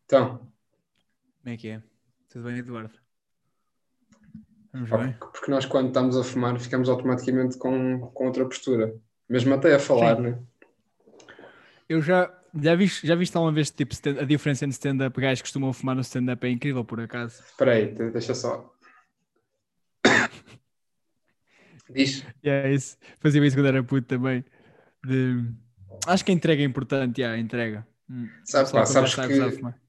Então, Como é que é? Tudo bem, Eduardo? Vamos pá, bem? porque nós quando estamos a fumar ficamos automaticamente com outra postura. Mesmo até a falar, Sim. né? Eu já viste alguma vez tipo, a diferença entre stand-up? Gajos que costumam fumar no stand-up é incrível, por acaso. Espera aí, deixa só. Diz. E é isso. Fazia isso quando era puto também. De... Acho que a entrega é importante, a entrega. O Sabe, pessoal pá, quando já sabes está a gozar a que fumar.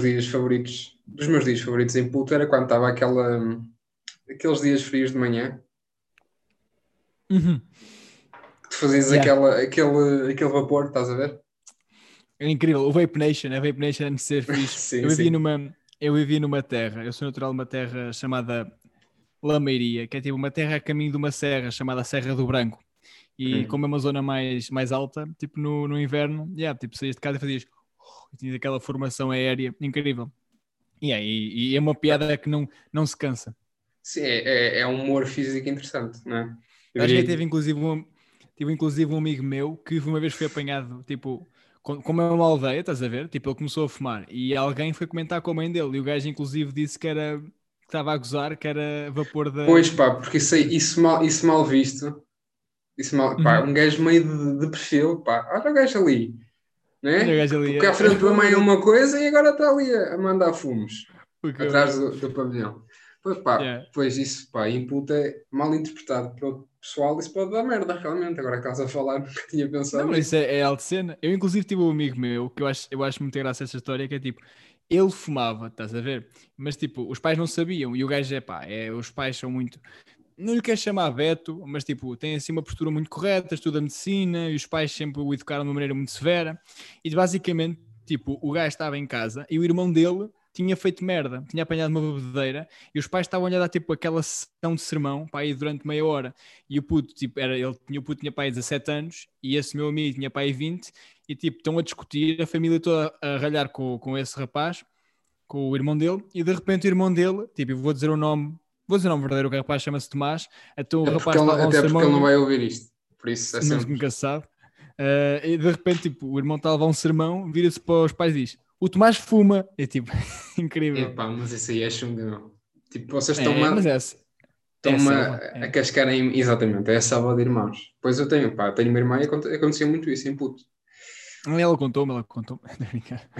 dos meus dias favoritos em puto era quando estava aqueles dias frios de manhã, Uhum. que tu fazias Yeah. aquele vapor, estás a ver? É incrível. O Vape Nation, a Vape Nation antes de ser fixe. Sim, Eu vivia sim. numa, eu vivia numa terra, eu sou natural de uma terra chamada Lameiria, que é tipo uma terra a caminho de uma serra chamada Serra do Branco. E Hum. como é uma zona mais alta, tipo no inverno, tipo, saías de casa e fazias e tinhas aquela formação aérea incrível. E é uma piada que não se cansa. Sim, é um humor físico interessante, não é? Eu Eu acho que diria. tive inclusive um amigo meu que uma vez foi apanhado, tipo, como é uma aldeia, estás a ver? Tipo, ele começou a fumar e alguém foi comentar com a mãe dele e o gajo inclusive disse que estava a gozar, que era vapor Pois pá, porque da- isso mal visto. Pá, Uhum. um gajo meio de perfil, pá, olha o gajo ali, Olha o né? gajo ali, Porque à frente da mãe é olha uma coisa e agora está ali a mandar fumos o cabrão. atrás do pavilhão. Pois pá, Yeah. pois isso, pá, input é mal interpretado pelo pessoal, isso pode dar merda, realmente. Agora que estás a falar, nunca tinha pensado Não, mas isso nisso. é alta cena. Eu, inclusive, tive um amigo meu que eu acho muito graça essa história, que é tipo, ele fumava, estás a ver? Mas tipo, os pais não sabiam, e o gajo os pais são muito. Não lhe quer chamar Beto, mas tipo, tem assim uma postura muito correta, estuda medicina, e os pais sempre o educaram de uma maneira muito severa. E basicamente, tipo, o gajo estava em casa e o irmão dele tinha feito merda, tinha apanhado uma bebedeira e os pais estavam-lhe a dar tipo aquela sessão de sermão para ir durante meia hora. E o puto, tipo, o puto tinha pai 17 anos e esse meu amigo tinha pai 20 e tipo, estão a discutir, a família toda a ralhar com esse rapaz, com o irmão dele, e de repente o irmão dele, tipo, eu vou dizer o nome verdadeiro, o rapaz chama-se Tomás, então o rapaz estava a um Até porque ele não sermão, vai ouvir isto. Por isso é não, sempre. nunca se sabe. E de repente, tipo, o irmão está a levar um sermão, vira-se para os pais e diz: O Tomás fuma. É tipo, incrível. Epá, mas isso aí é chunga, meu. Tipo, vocês Mas é a estão-me selva. a É. cascar em. Exatamente, é a salva de irmãos. Pois eu tenho, pá, tenho uma irmã e acontecia muito isso em puto. Ela contou-me. Não é brincar.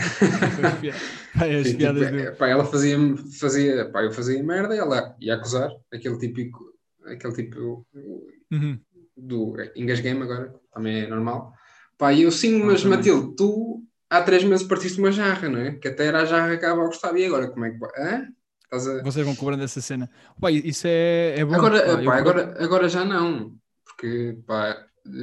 As Sim, tipo, piadas do. pá, ela pá, eu fazia merda e ela ia acusar, aquele tipo Uhum. do engasguei-me agora, também é normal. Pá, e eu sim, Ela mas também. Matilde, tu há 3 meses partiste uma jarra, não é? Que até era a jarra que estava a gostar, e agora como é que vai? Hã? Estás a... Vocês vão cobrando essa cena. Pá, isso é bom. Agora, Pá, pá, agora já não, porque pá,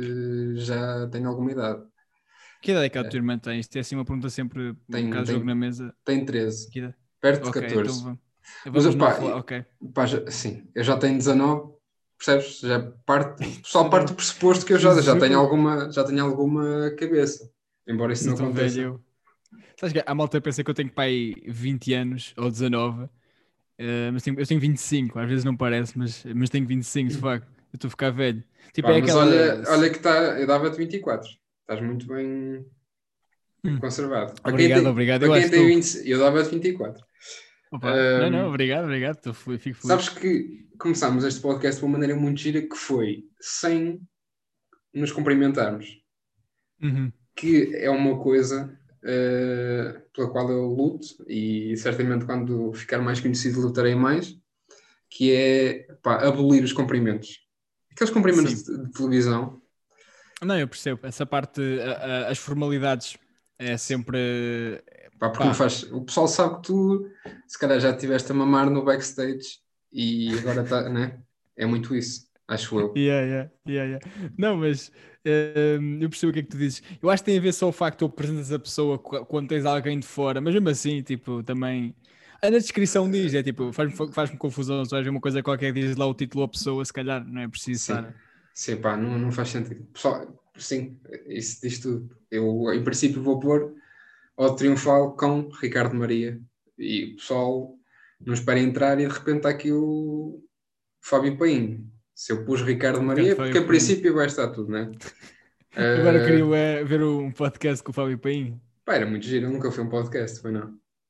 já tenho alguma idade. que idade é que a tua Eh, irmã tem? Isto é assim uma pergunta sempre, um Tenho, bocado de jogo na tenho, mete tenho 13, Que idade? perto de Ok, então 14. Mas, vamos não pá, falar. Ok. sim, eu já tenho 19, percebes? Só parte do 19. pressuposto que eu Jesus, já tenho alguma cabeça, embora isso não não estou velho aconteça. eu. Sabes que a malta pensa que eu tenho pai 20 anos ou 19, mas eu tenho 25, às vezes não parece, mas tenho 25 de facto. Eu estou a ficar velho. Tipo, Pá, é mas aquela. olha que tá, eu dava-te 24. Estás muito bem Hum, conservado. Obrigado, obrigado. Para Eu quem acho que tem estou. 20, eu dava-te 24. Opa, não, Ahm, obrigado, obrigado. Fico Sabes feliz. que começámos este podcast de uma maneira muito gira que foi sem nos cumprimentarmos, Uhum. que é uma coisa pela qual eu luto e certamente quando ficar mais conhecido lutarei mais, que é pá, abolir os cumprimentos. Aqueles cumprimentos Sim. de televisão. Não, eu percebo. Essa parte, as formalidades é sempre. Pá, porque não Pá. faz. O pessoal sabe que tu, se calhar, já estiveste a mamar no backstage e agora está, né? É muito isso, acho eu. Yeah, yeah, yeah, yeah. Não, mas eu percebo o que é que tu dizes. Eu acho que tem a ver só o facto de tu apresentas a pessoa quando tens alguém de fora, mas mesmo assim, tipo, também. Na descrição diz, é tipo, faz-me confusão. Se vais ver uma coisa qualquer, diz lá o título da pessoa, se calhar não é preciso Sim, estar. sim, pá, não faz sentido. Pessoal, sim, isso diz tudo. Eu, em princípio, vou pôr ao Triunfal com Ricardo Maria e o pessoal não espera entrar e de repente está aqui o Fábio Paim. Se eu pus Ricardo Ricardo Maria, é porque Fábio em Paim. princípio vai estar tudo, né? Agora queria Uh, ver um podcast com o Fábio Paim. Pá, era muito giro, eu nunca fui a um podcast, foi não.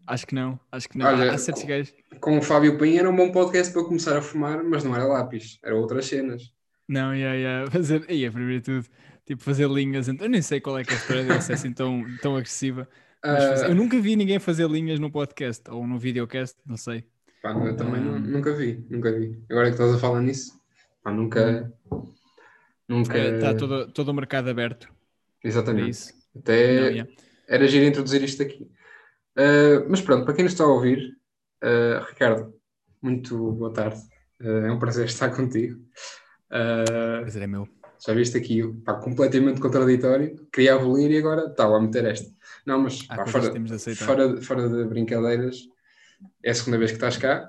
Acho que não. Olha, Há certos gajos. com o Fábio Pinho era um bom podcast para eu começar a fumar, mas não era lápis, era outras cenas. Não, fazer. Ia, primeiro de tudo, tipo, fazer linhas. Eu nem sei qual é que é a história dele, se é assim tão agressiva. Mas eu Ah, nunca vi ninguém fazer linhas no podcast ou no videocast, não sei. pá, eu também Ahm, nunca vi, nunca vi. Agora que estás a falar nisso, pá, hum. nunca, Está todo o mercado aberto para exatamente. isso. Não, Até yeah. era giro introduzir isto aqui. Mas pronto, para quem nos está a ouvir, Ricardo, muito boa tarde. É um prazer estar contigo. Uh, Prazer é meu. Já viste aqui, pá, completamente contraditório. Queria abolir e agora estava a meter esta. Não, mas Há pá, coisas que temos de aceitar. fora de brincadeiras, é a segunda vez que estás cá.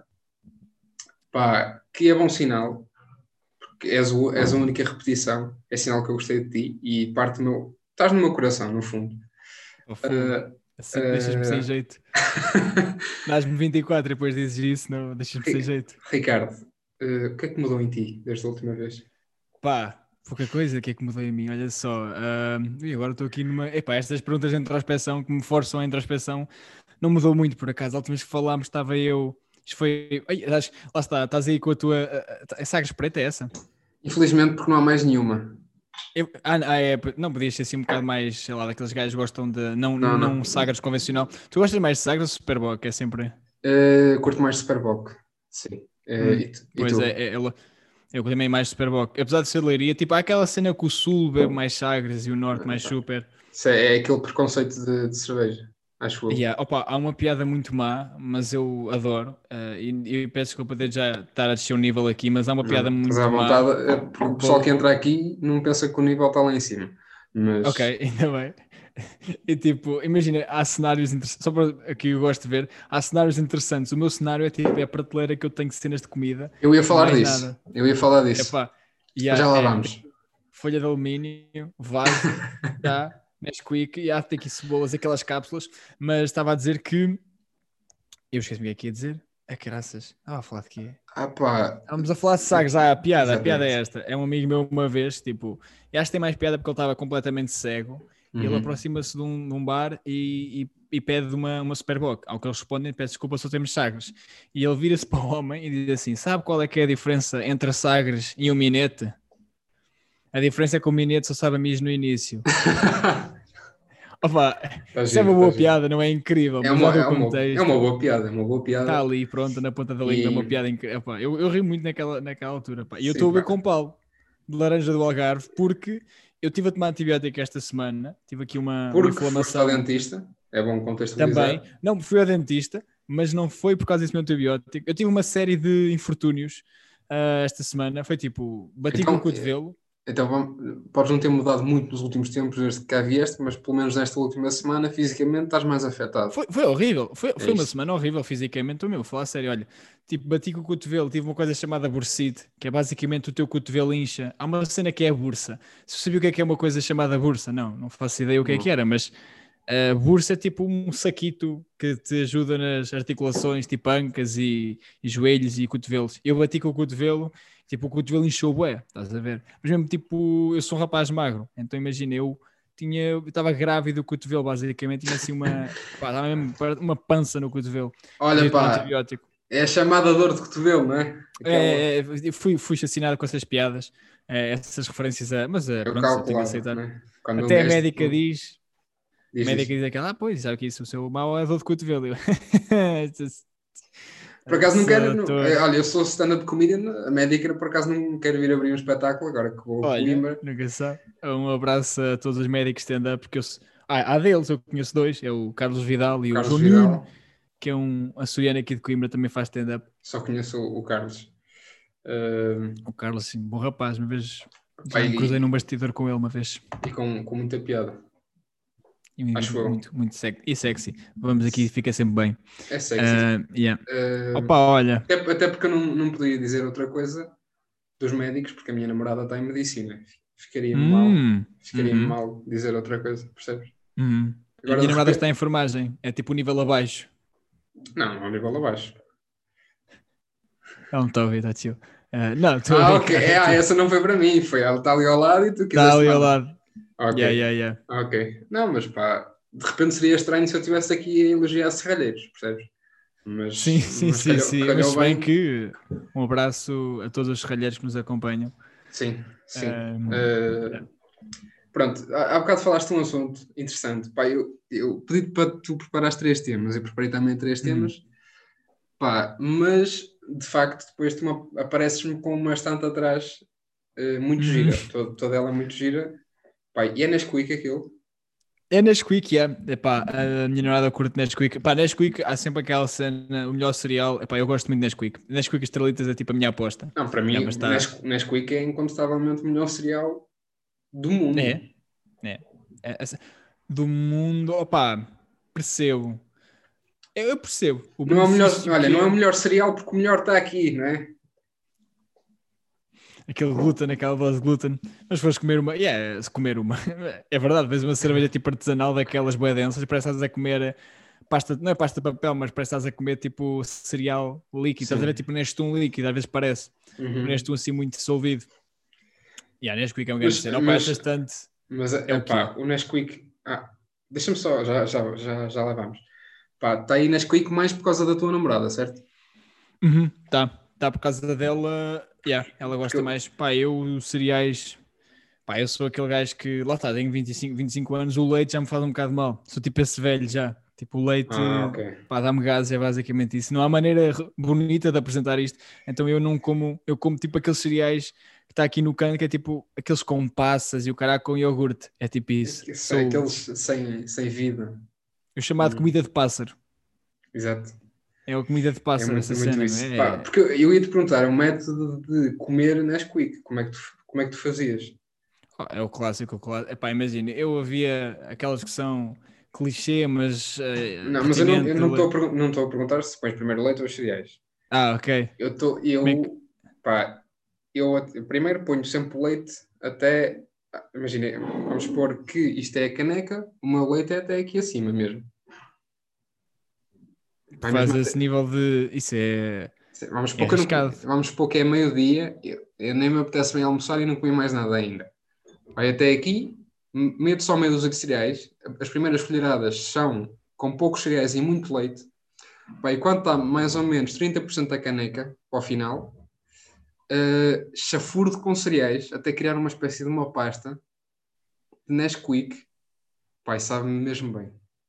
Pá, que é bom sinal, porque és a única repetição, é sinal que eu gostei de ti e parte do meu. Estás no meu coração, no fundo. Oh, fogo. Uh, Assim deixas-me sem uh, jeito. Dás-me 24 e depois dizes isso, não, deixas-me sem jeito. Ricardo, o que é que mudou em ti desde a última vez? Pá, pouca coisa, o que é que mudou em mim? Olha só. E agora estou aqui numa. Epá, estas perguntas de introspeção que me forçam a introspeção não mudou muito por acaso. A última vez que falámos estava eu. Isto foi. Ai, lá está, estás aí com a tua. Sagres preta é essa? Infelizmente, porque não há mais nenhuma. Não podias ser assim um bocado mais, sei lá, daqueles gajos que gostam de Não, não. não sagres convencional. Tu gostas mais de sagres ou Superboc? É sempre. Curto mais Superboc. Sim. E Pois é, tu? eu também mais Superboc. Apesar de ser leiria, tipo, há aquela cena que o Sul bebe mais sagres e o Norte mais super. Isso é aquele preconceito de cerveja, acho eu. Yeah, opa, há uma piada muito má, mas eu adoro. E peço desculpa de já estar a descer o nível aqui, mas há uma Não, piada estás à muito má. vontade. Porque o pessoal que Vou. entra aqui não pensa que o nível está lá em cima. Ok, Mas ainda bem. E tipo, imagina, há cenários interessantes, só para aqui eu gosto de ver, há cenários interessantes. O meu cenário é tipo, é a prateleira que eu tenho cenas de comida eu ia e falar mais disso. nada. Eu ia falar disso. Epá, Mas já yeah, lá é vamos. tipo, folha de alumínio, vaso, já, Nesquik, e há tem aqui cebolas, aquelas cápsulas, mas estava a dizer que eu esqueci-me o que é que ia dizer. A caraças, estava a falar de quê? Ah pá, Estamos a falar de sagres, a piada é exatamente. esta. É um amigo meu uma vez, tipo, e acho que tem mais piada porque ele estava completamente cego e ele Uhum. aproxima-se de um bar e pede uma Superboc. Ao que eles respondem, peço desculpa, só temos sagres. E ele vira-se para o homem e diz assim: sabe qual é que é a diferença entre sagres e um minete? A diferença é que o minete só sabe a mijo no início. Opa, Está isso é giro, uma está boa giro. piada, não é incrível, mas dado o É uma contexto, boa piada, é uma boa está piada. ali, pronto, na ponta da língua, é uma E piada incrível. Epá, eu ri muito naquela altura. Pá. E eu sim, estou a ver pá. com Paulo, de laranja do Algarve, porque eu tive a tomar antibiótico esta semana, tive aqui uma Porque foste ao inflamação dentista, é bom também. contextualizar. Não, fui ao dentista, mas não foi por causa desse meu antibiótico. Eu tive uma série de infortúnios esta semana. Foi tipo, bati com o Então, cotovelo. podes não ter mudado muito nos últimos tempos desde que cá vieste, mas pelo menos nesta última semana, fisicamente, estás mais afetado. Foi horrível, É foi uma isso. semana horrível fisicamente. Estou mesmo a falar sério. Olha, tipo, bati com o cotovelo, tive uma coisa chamada bursite, que é basicamente o teu cotovelo incha. Há uma cena que é a bursa. Se você sabia o que é uma coisa chamada bursa, não faço ideia o que Não. era, mas a bursa é tipo um saquito que te ajuda nas articulações, tipo ancas e joelhos e cotovelos. Eu bati com o cotovelo, tipo, o cotovelo inchou bué, estás a ver? Mas mesmo tipo, eu sou um rapaz magro, então imagina, eu estava grávido do cotovelo, basicamente, tinha assim pá, estava mesmo uma pança no cotovelo. Olha, Devia tomar pá, antibiótico. é a chamada dor de cotovelo, não é? Aquela. Eu fui assassinado com essas piadas, essas referências mas Eu pronto, eu tive de calculava, aceitar. não é? Quando um Até a gajo. médica diz. A Diz médica isso. diz aquela, pois, sabe que isso, o seu mal é dor de cotovelo. Eu, Por acaso não quero. Sou ator. Olha, eu sou stand-up comedian, a médica por acaso não quero vir abrir um espetáculo agora que vou a Olha, Coimbra. nunca sabe. Um abraço a todos os médicos stand-up, porque há deles, eu conheço dois, é o Carlos Vidal O e o Carlos João Nuno, Vidal, que é um açoriano aqui de Coimbra, também faz stand-up. só conheço o Carlos. Uh, O Carlos, sim, bom rapaz, uma vez pá, já me cruzei num bastidor com ele uma vez. e com muita piada, E acho eu. muito sexy. Vamos aqui, fica sempre bem. É sexy. Yeah. Opa, Uh, olha. até porque eu não podia dizer outra coisa dos médicos, porque a minha namorada está em medicina. Ficaria Uhum. mal dizer outra coisa, percebes? A Agora minha de namorada está em repente. enfermagem, é tipo o nível abaixo. Não, ao nível abaixo. Ela não está a ouvir, está chill. Não, estou a Ah, ok. brincar. Tipo, Essa não foi para mim. Ela está ali ao lado e tu está quiseste ali ao mandar. lado. Ok, Yeah. ok. Não, mas pá. de repente seria estranho se eu estivesse aqui a elogiar serralheiros, percebes? Mas, Sim. calhou Mas se bem bem. que um abraço a todos os serralheiros que nos acompanham. Sim. Um, Pronto, há bocado falaste de um assunto interessante. Pá, eu pedi para tu preparares 3 temas, eu preparei também 3 temas. Pá, mas de facto depois tu apareces-me com uma estante atrás muito gira, toda ela muito gira. Pá, e é Nesquik aquilo. É Nesquik, é. Epá, a minha namorada curte Nesquik. Pá, Nesquik, há sempre aquela cena, o melhor cereal. Epá, eu gosto muito de Nesquik. Nesquik Estrelitas é tipo a minha aposta. Não, para mim, Mas tá... Nesquik é incontestavelmente o melhor cereal do mundo. É. Do mundo, opá, percebo. Eu percebo o Não é o melhor, benefício olha, que não é o é. melhor cereal porque o melhor está aqui, não é? Aquele glúten, aquela dose de glúten. Mas fores comer uma, se comer uma, é verdade, vês uma cerveja tipo artesanal daquelas bué densas, parece que estás a comer pasta, não é pasta de papel, mas parece que estás a comer tipo cereal líquido, estás a ver Sim. tipo Nestum líquido, às vezes parece, Nestum assim muito dissolvido. Nesquik é um grande cena, opa, esta estante mas é o que pá, é. o Nesquik, deixa-me só, já lá vamos. Pá, está aí Nesquik mais por causa da tua namorada, certo? Tá por causa dela, ela Porque gosta mais, pá, eu cereais, pá, eu sou aquele gajo que, lá está, tenho 25 anos, o leite já me faz um bocado mal, sou tipo esse velho já, tipo o leite, ok. pá, dá-me gases, é basicamente isso, não há maneira bonita de apresentar isto, então eu não como, eu como tipo aqueles cereais que está aqui no canto, que é tipo aqueles com passas e o caraca com iogurte, é tipo isso, Aqueles sem vida. o chamado comida de pássaro, Exato. é a comida de É pássaro muito, essa muito cena, não isso. Pá, é? porque eu ia te perguntar o método de comer Nesquik. Como é que tu fazias? É o clássico, Epá, imagina, eu havia aquelas que são clichê, mas Não, mas eu pertinente. não estou a perguntar se pões primeiro leite ou os cereais. Ok. Como é que... Pá, eu primeiro ponho sempre o leite até, imagina, vamos supor que isto é a caneca, o meu leite é até aqui acima mesmo. Tu Pá, mesmo fazes esse nível de... Isso é arriscado. vamos supor que é meio-dia, eu nem me apetece bem almoçar e não comi mais nada ainda. Vai até aqui, meto só meia dúzia de cereais, as primeiras colheradas são com poucos cereais e muito leite. Vai, quando está mais ou menos 30% da caneca, para o final, chafurdo com cereais até criar uma espécie de uma pasta de Nesquik. Pai, sabe-me mesmo bem.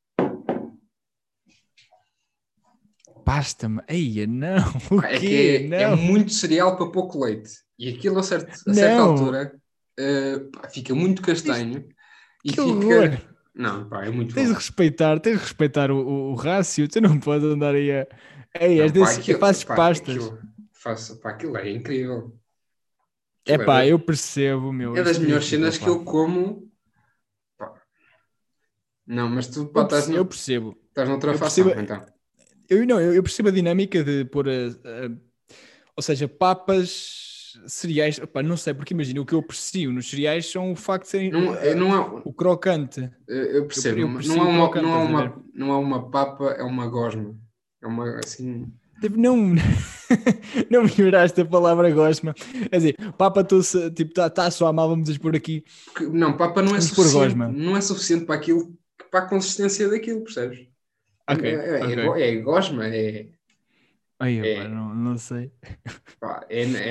Basta-me. Eia, não. O Pá, é quê? que é Não. muito cereal para pouco leite. E aquilo a certa Não. altura pá, fica muito castanho e Que horror. fica. Não, pá, é muito Tens de bom. respeitar, o rácio. Tu não podes andar aí a... Ei, Não, pá, fazes pastas. aquilo é incrível. É Aquilo pá, eu percebo, é das isto melhores irrita, cenas que pá. eu como. Pá. Não, mas tu pá, Eu percebo. estás noutra Eu percebo. fação, então. Eu percebo a dinâmica de pôr ou seja, papas, cereais. Opá, não sei, porque imagina, o que eu aprecio nos cereais são o facto de serem Não é, o crocante. eu percebo, Eu não é aprecio o crocante, estás a ver? não é uma papa, é uma gosma. É uma assim. Tipo, não, não melhoraste a palavra gosma. É dizer, papa, tipo, tá só mal, vamos expor aqui. Porque, não, papa Vamos pôr gosma. não é suficiente para aquilo, para a consistência daquilo, percebes? Ok, ok. É gosma, é, Aí, pá, é, não sei. pá,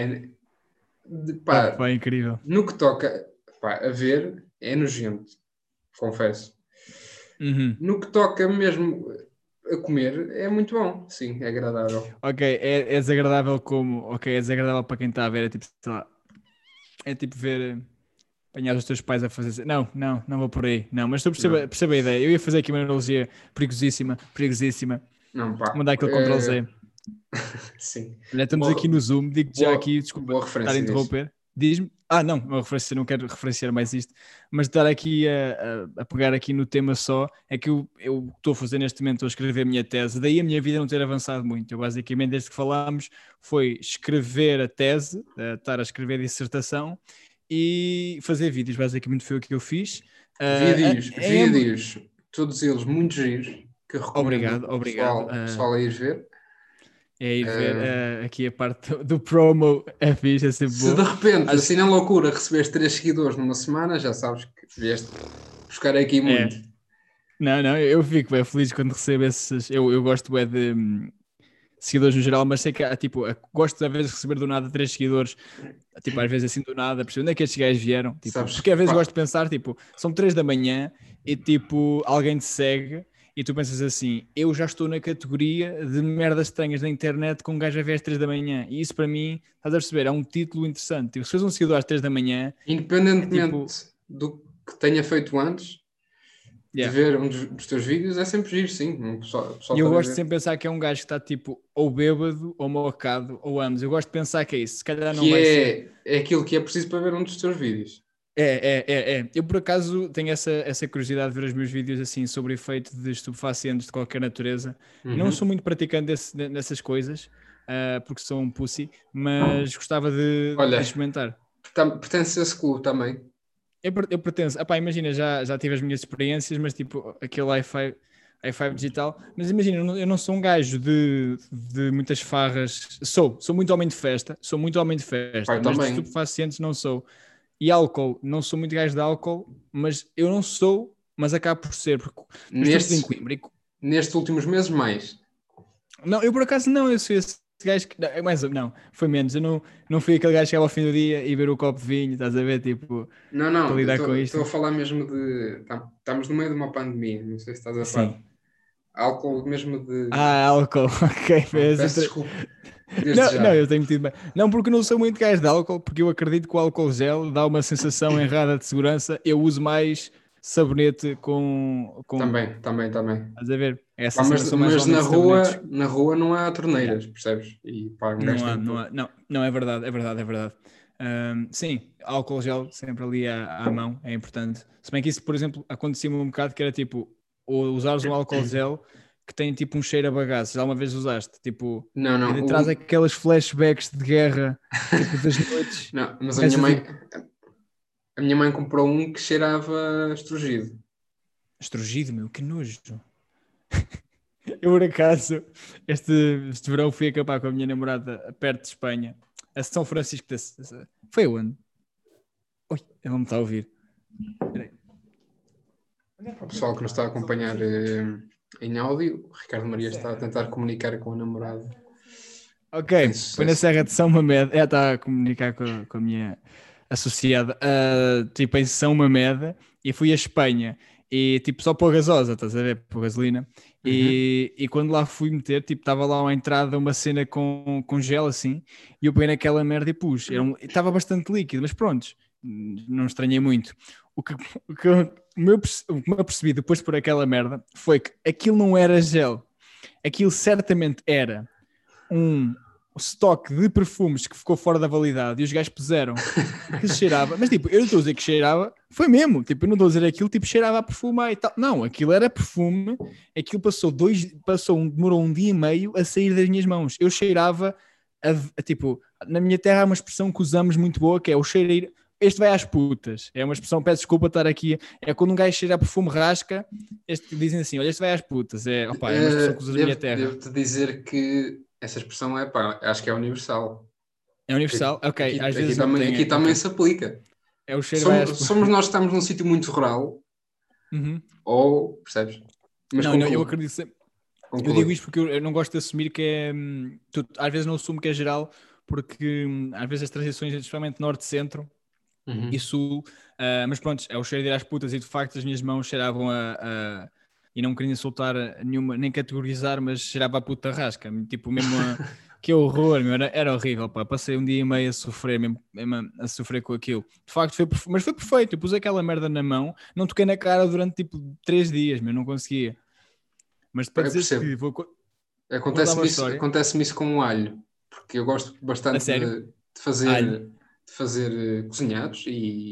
Opa, pá, é incrível. no que toca, pá, a ver, é nojento, confesso. Uhum. No que toca mesmo a comer, é muito bom, sim, é agradável. Ok, é desagradável como. Ok, é desagradável para quem está a ver. É tipo, sei lá, é tipo ver. Apanhar os teus pais a fazer. Não vou por aí. Não, mas tu Não, perceba a ideia. Eu ia fazer aqui uma analogia perigosíssima, perigosíssima. não, Vou pá, mandar aquele Ctrl Z. sim. Olha, estamos aqui no Zoom. Digo-te já aqui, desculpa Boa estar a referência disso. interromper. Diz-me. Não, uma referência, não quero referenciar mais isto, mas estar aqui a pegar aqui no tema só, é que eu estou a fazer neste momento, estou a escrever a minha tese, daí a minha vida não ter avançado muito. Eu basicamente, desde que falámos, foi escrever a tese, estar a escrever a dissertação e fazer vídeos, basicamente foi o que eu fiz. Vídeos, todos eles muito giros, que eu recomendo Obrigado. o pessoal a ir ver. É ir ver Uh, aqui a parte do promo, é fixe, é sempre Se de bom. repente, assim na loucura, recebes 3 seguidores numa semana, já sabes que vieste buscar aqui É, muito. Não, eu fico bem feliz quando recebo esses. Eu gosto bem de seguidores no geral, mas sei que há, tipo, gosto às vezes de receber do nada 3 seguidores, tipo, às vezes assim do nada, percebo onde é que estes gajos vieram, tipo, Sabes porque às que vezes gosto de pensar, tipo, são 3 da manhã e tipo, alguém te segue e tu pensas assim, eu já estou na categoria de merdas estranhas na internet com um gajo a ver às 3 da manhã, e isso para mim, estás a perceber, é um título interessante, tipo, se fores um seguidor às 3 da manhã, é tipo, independentemente do que tenha feito antes, de yeah. ver um dos teus vídeos, é sempre giro, sim. O pessoal E eu está a gosto ver. sempre de pensar que é um gajo que está tipo ou bêbado ou mocado ou ambos. Eu gosto de pensar que é isso. Se calhar não Que vai ser. é aquilo que é preciso para ver um dos teus vídeos. É. Eu por acaso tenho essa curiosidade de ver os meus vídeos assim sobre efeito de estupefacientes de qualquer natureza. Não sou Uhum. muito praticante nessas coisas, porque sou um pussy, mas gostava de Olha, experimentar. pertence a esse clube também. Eu pertenço, epá, imagina, já tive as minhas experiências, mas tipo, aquele i5 digital, mas imagina, eu não sou um gajo de muitas farras, sou muito homem de festa, sou muito homem de Pai, festa, mas de também. estupefacientes não sou. E álcool, não sou muito gajo de álcool, mas eu não sou, mas acabo por ser, porque eu estudo em Nestes, Coimbra. nestes últimos meses, mais. Não, eu por acaso não, eu sou esse gajo que. Não, não, foi menos. Eu não fui aquele gajo que chegava ao fim do dia e ver o copo de vinho, estás a ver? Tipo, Não, para não, lidar com estou isto. a falar mesmo de. Estamos no meio de uma pandemia, não sei se estás a par. Sim. Álcool mesmo de. Ah, álcool, ok. Pronto, peço desculpa, desde Não, eu já. tenho metido bem. Não, porque eu não sou muito gajo de álcool, porque eu acredito que o álcool gel dá uma sensação errada de segurança. Eu uso mais sabonete com. Também. Estás a ver? Pá, Essa cena, eu sou mais mas homem de sabonetes. na rua não há Yeah. torneiras, percebes? E pá, um gajo tem que pôr. Não, é verdade. Sim, álcool gel sempre ali à mão, é importante. Se bem que isso, por exemplo, acontecia-me um bocado que era tipo, ou usares um álcool gel que tem tipo um cheiro a bagaço, já uma vez usaste, tipo, Não, e de não. trás aquelas flashbacks de guerra, tipo das noites, Não, mas começas tipo, a minha mãe comprou um que cheirava estrugido. estrugido, meu, que nojo. Eu, por acaso, este verão fui acampar com a minha namorada perto de Espanha, a São Francisco da... Foi onde? Oi, ele não me está a ouvir. Espera aí. Onde é que Para o foi? pessoal que nos está a São acompanhar Francisco? em áudio, o Ricardo Na Maria está a Serra. tentar comunicar com a namorada Ok, sem foi na sucesso. Serra de São Mamede. Ela está a comunicar com a minha associada, tipo em São Mamede, e fui a Espanha. E tipo, só pôr gasosa, estás a ver? Pôr gasolina. Uhum. E quando lá fui meter, tipo, estava lá uma entrada, uma cena com gel assim, e eu peguei naquela merda e pus. Estava bastante líquido, mas pronto, não estranhei muito. O que me apercebi depois de pôr aquela merda foi que aquilo não era gel, aquilo certamente era um estoque de perfumes que ficou fora da validade e os gajos puseram que cheirava, mas tipo, eu não estou a dizer que cheirava, foi mesmo, tipo, eu não estou a dizer aquilo, tipo, cheirava a perfume e tal, não, aquilo era perfume, aquilo demorou um dia e meio a sair das minhas mãos, eu cheirava tipo, na minha terra há uma expressão que usamos muito boa, que é o cheiro, este vai às putas, é uma expressão, peço desculpa estar aqui, é quando um gajo cheira a perfume rasca, dizem assim, olha, este vai às putas, é uma expressão que usamos na minha terra. Devo-te dizer que essa expressão é pá, acho que é universal. É universal? Ok, às vezes não tem. Aqui também Ok. se aplica. É o cheiro vai às. Somos nós que estamos num sítio muito rural, Uhum. ou, percebes? Mas Não, eu conclui, acredito sempre. Eu conclui. digo isto porque eu não gosto de assumir que é. Às vezes não assumo que é geral, porque às vezes as transições, especialmente norte-centro e Uhum. sul, mas pronto, é o cheiro de ir às putas e de facto as minhas mãos cheiravam e não queria soltar nenhuma, nem categorizar, mas cheirava a puta rasca, tipo mesmo a. Que horror, meu, era horrível, pá. Passei um dia e meio a sofrer, mesmo a sofrer com aquilo. De facto, mas foi perfeito. Eu pus aquela merda na mão, não toquei na cara durante tipo 3 dias, meu, não conseguia. Mas para Eu dizeres que percebo. vou contar uma história, Acontece-me isso com o alho, porque eu gosto a bastante sério, de fazer, alho. cozinhados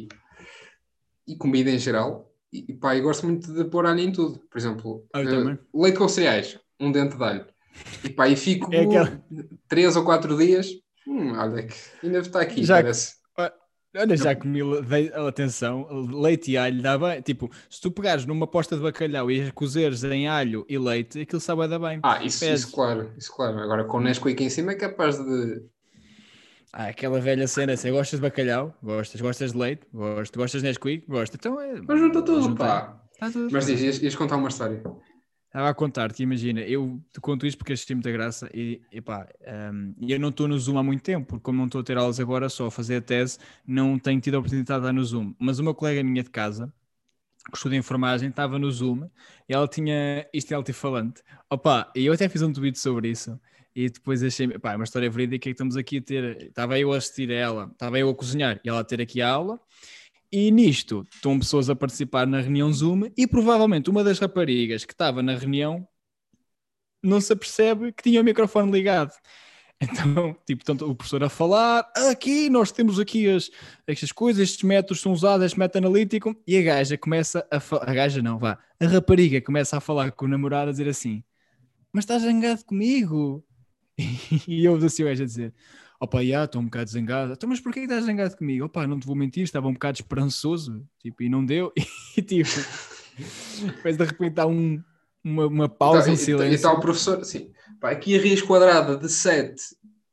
e comida em geral. E pá, eu gosto muito de pôr alho em tudo. Por exemplo, Ah, eu também. leite com cereais, um dente de alho. E pá, e É fico aquela. 3 ou 4 dias. Olha que ainda está aqui, Já que. parece. Olha, já Eu- comi, atenção, leite e alho dá bem. Tipo, se tu pegares numa posta de bacalhau e a cozeres em alho e leite, aquilo sabe a dar bem. Pedes. isso claro. Agora com o Nesquik em cima é capaz de. Aquela velha cena, você gostas de bacalhau? Gostas de leite? Gosto. Gostas de Nesquik? Gosto. Então Mas junta tudo, juntei. pá. Mas diz, ias contar uma história. Estava a contar-te, imagina, eu te conto isto porque achei muita graça e eu não estou no Zoom há muito tempo, porque como não estou a ter aulas agora, só a fazer a tese, não tenho tido a oportunidade de estar no Zoom. Mas uma colega minha de casa, que estuda enfermagem, estava no Zoom e ela tinha isto em altifalante. Opa, e eu até fiz um tweet sobre isso e depois achei, pá, uma história verídica que estamos aqui a ter, estava eu a assistir a ela, estava eu a cozinhar e ela a ter aqui a aula. E nisto estão pessoas a participar na reunião Zoom e provavelmente uma das raparigas que estava na reunião não se apercebe que tinha o microfone ligado. Então, tipo, tanto o professor a falar, aqui nós temos aqui estas coisas, estes métodos são usados, este método analítico, e a gaja começa a gaja não, vá, a rapariga começa a falar com o namorado a dizer assim, mas estás zangado comigo? E eu assim o gajo a dizer, opa, já, estou um bocado zangado. Então, mas porquê que estás zangado comigo? Opa, não te vou mentir, estava um bocado esperançoso, tipo, e não deu. E tipo, depois de repente há uma pausa, um E silêncio. está o professor, assim, pá, aqui a raiz quadrada de 7.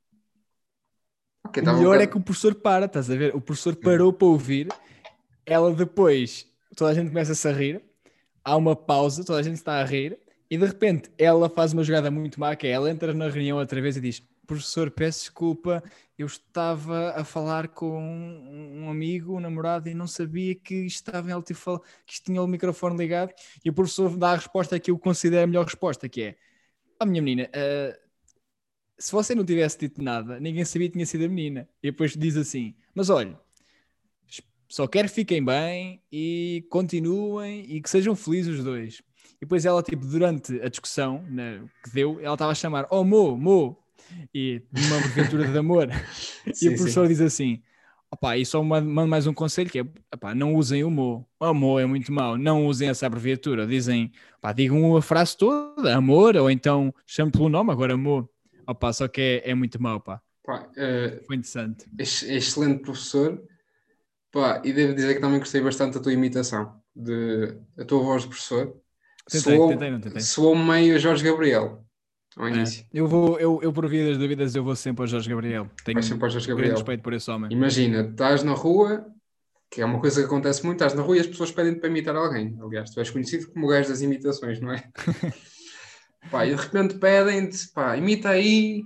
Okay, O melhor é que o professor para, estás a ver? O professor parou para ouvir, ela depois, toda a gente começa-se a rir, há uma pausa, toda a gente está a rir, e de repente ela faz uma jogada muito má, que é ela entra na reunião outra vez e diz, professor, peço desculpa, eu estava a falar com um amigo, um namorado, e não sabia que estava em altifalante, que isto tinha o microfone ligado, e o professor dá a resposta que eu considero a melhor resposta, que é, minha menina, se você não tivesse dito nada, ninguém sabia que tinha sido a menina. E depois diz assim, mas olha, só quero que fiquem bem e continuem e que sejam felizes os dois. E depois ela, tipo, durante a discussão, né, que deu, ela estava a chamar, oh Mo, e de uma abreviatura de amor. E o Sim, professor sim. diz assim, opá, e só mando mais um conselho que é, opá, não usem o Mo. O amor é muito mau, não usem essa abreviatura. Dizem, opá, digam a frase toda, amor, ou então chame pelo nome, agora amor. Opá, só que é muito mau, pá. Pá, Foi interessante. excelente professor. Pá, e devo dizer que também gostei bastante da tua imitação, a tua voz de professor. Tentei, Soou, não tentei. soou meio Jorge Gabriel ao É. início. Eu por via das dúvidas, eu vou sempre ao Jorge Gabriel. Vais Tenho sempre ao Jorge grande Gabriel. respeito por esse homem. Imagina, estás na rua, que é uma coisa que acontece muito, estás na rua e as pessoas pedem-te para imitar alguém. Aliás, tu és conhecido como o gajo das imitações, não é? Pá, e de repente pedem-te, pá, imita aí.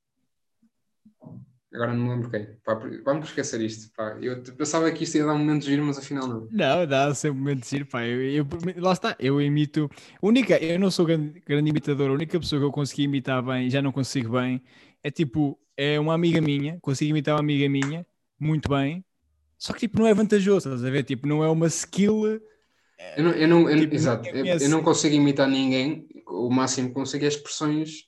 Agora não me lembro quem. Pá, vamos esquecer isto. Pá. Eu pensava que isto ia dar um momento de giro, mas afinal não. Não, dá sempre um momento de giro, pá. Lá está, eu imito. Eu não sou grande imitador, a única pessoa que eu consegui imitar bem, já não consigo bem, é tipo, é uma amiga minha, consigo imitar uma amiga minha, muito bem, só que tipo, não é vantajoso, estás a ver? Tipo, não é uma skill, tipo, Exato, ninguém eu conhece. não consigo imitar ninguém. O máximo que consigo é expressões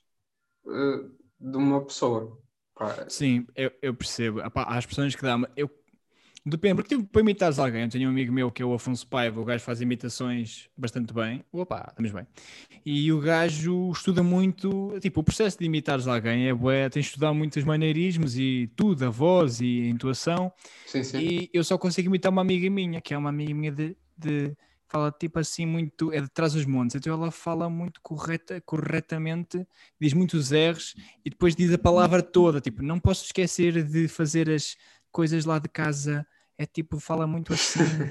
de uma pessoa. Pá, Sim, eu percebo. Epá, há as pessoas que dá, depende, porque tipo, para imitares alguém, eu tenho um amigo meu que é o Afonso Paiva, o gajo faz imitações bastante bem. Opa, estamos bem. E o gajo estuda muito, tipo, o processo de imitares alguém é bué, tens de estudar muitos maneirismos e tudo, a voz e a intuação. sim, sim. E eu só consigo imitar uma amiga minha, que é uma amiga minha fala tipo assim muito, é de trás os montes, então ela fala muito corretamente, diz muitos R's e depois diz a palavra toda, tipo, não posso esquecer de fazer as coisas lá de casa, é tipo, fala muito assim,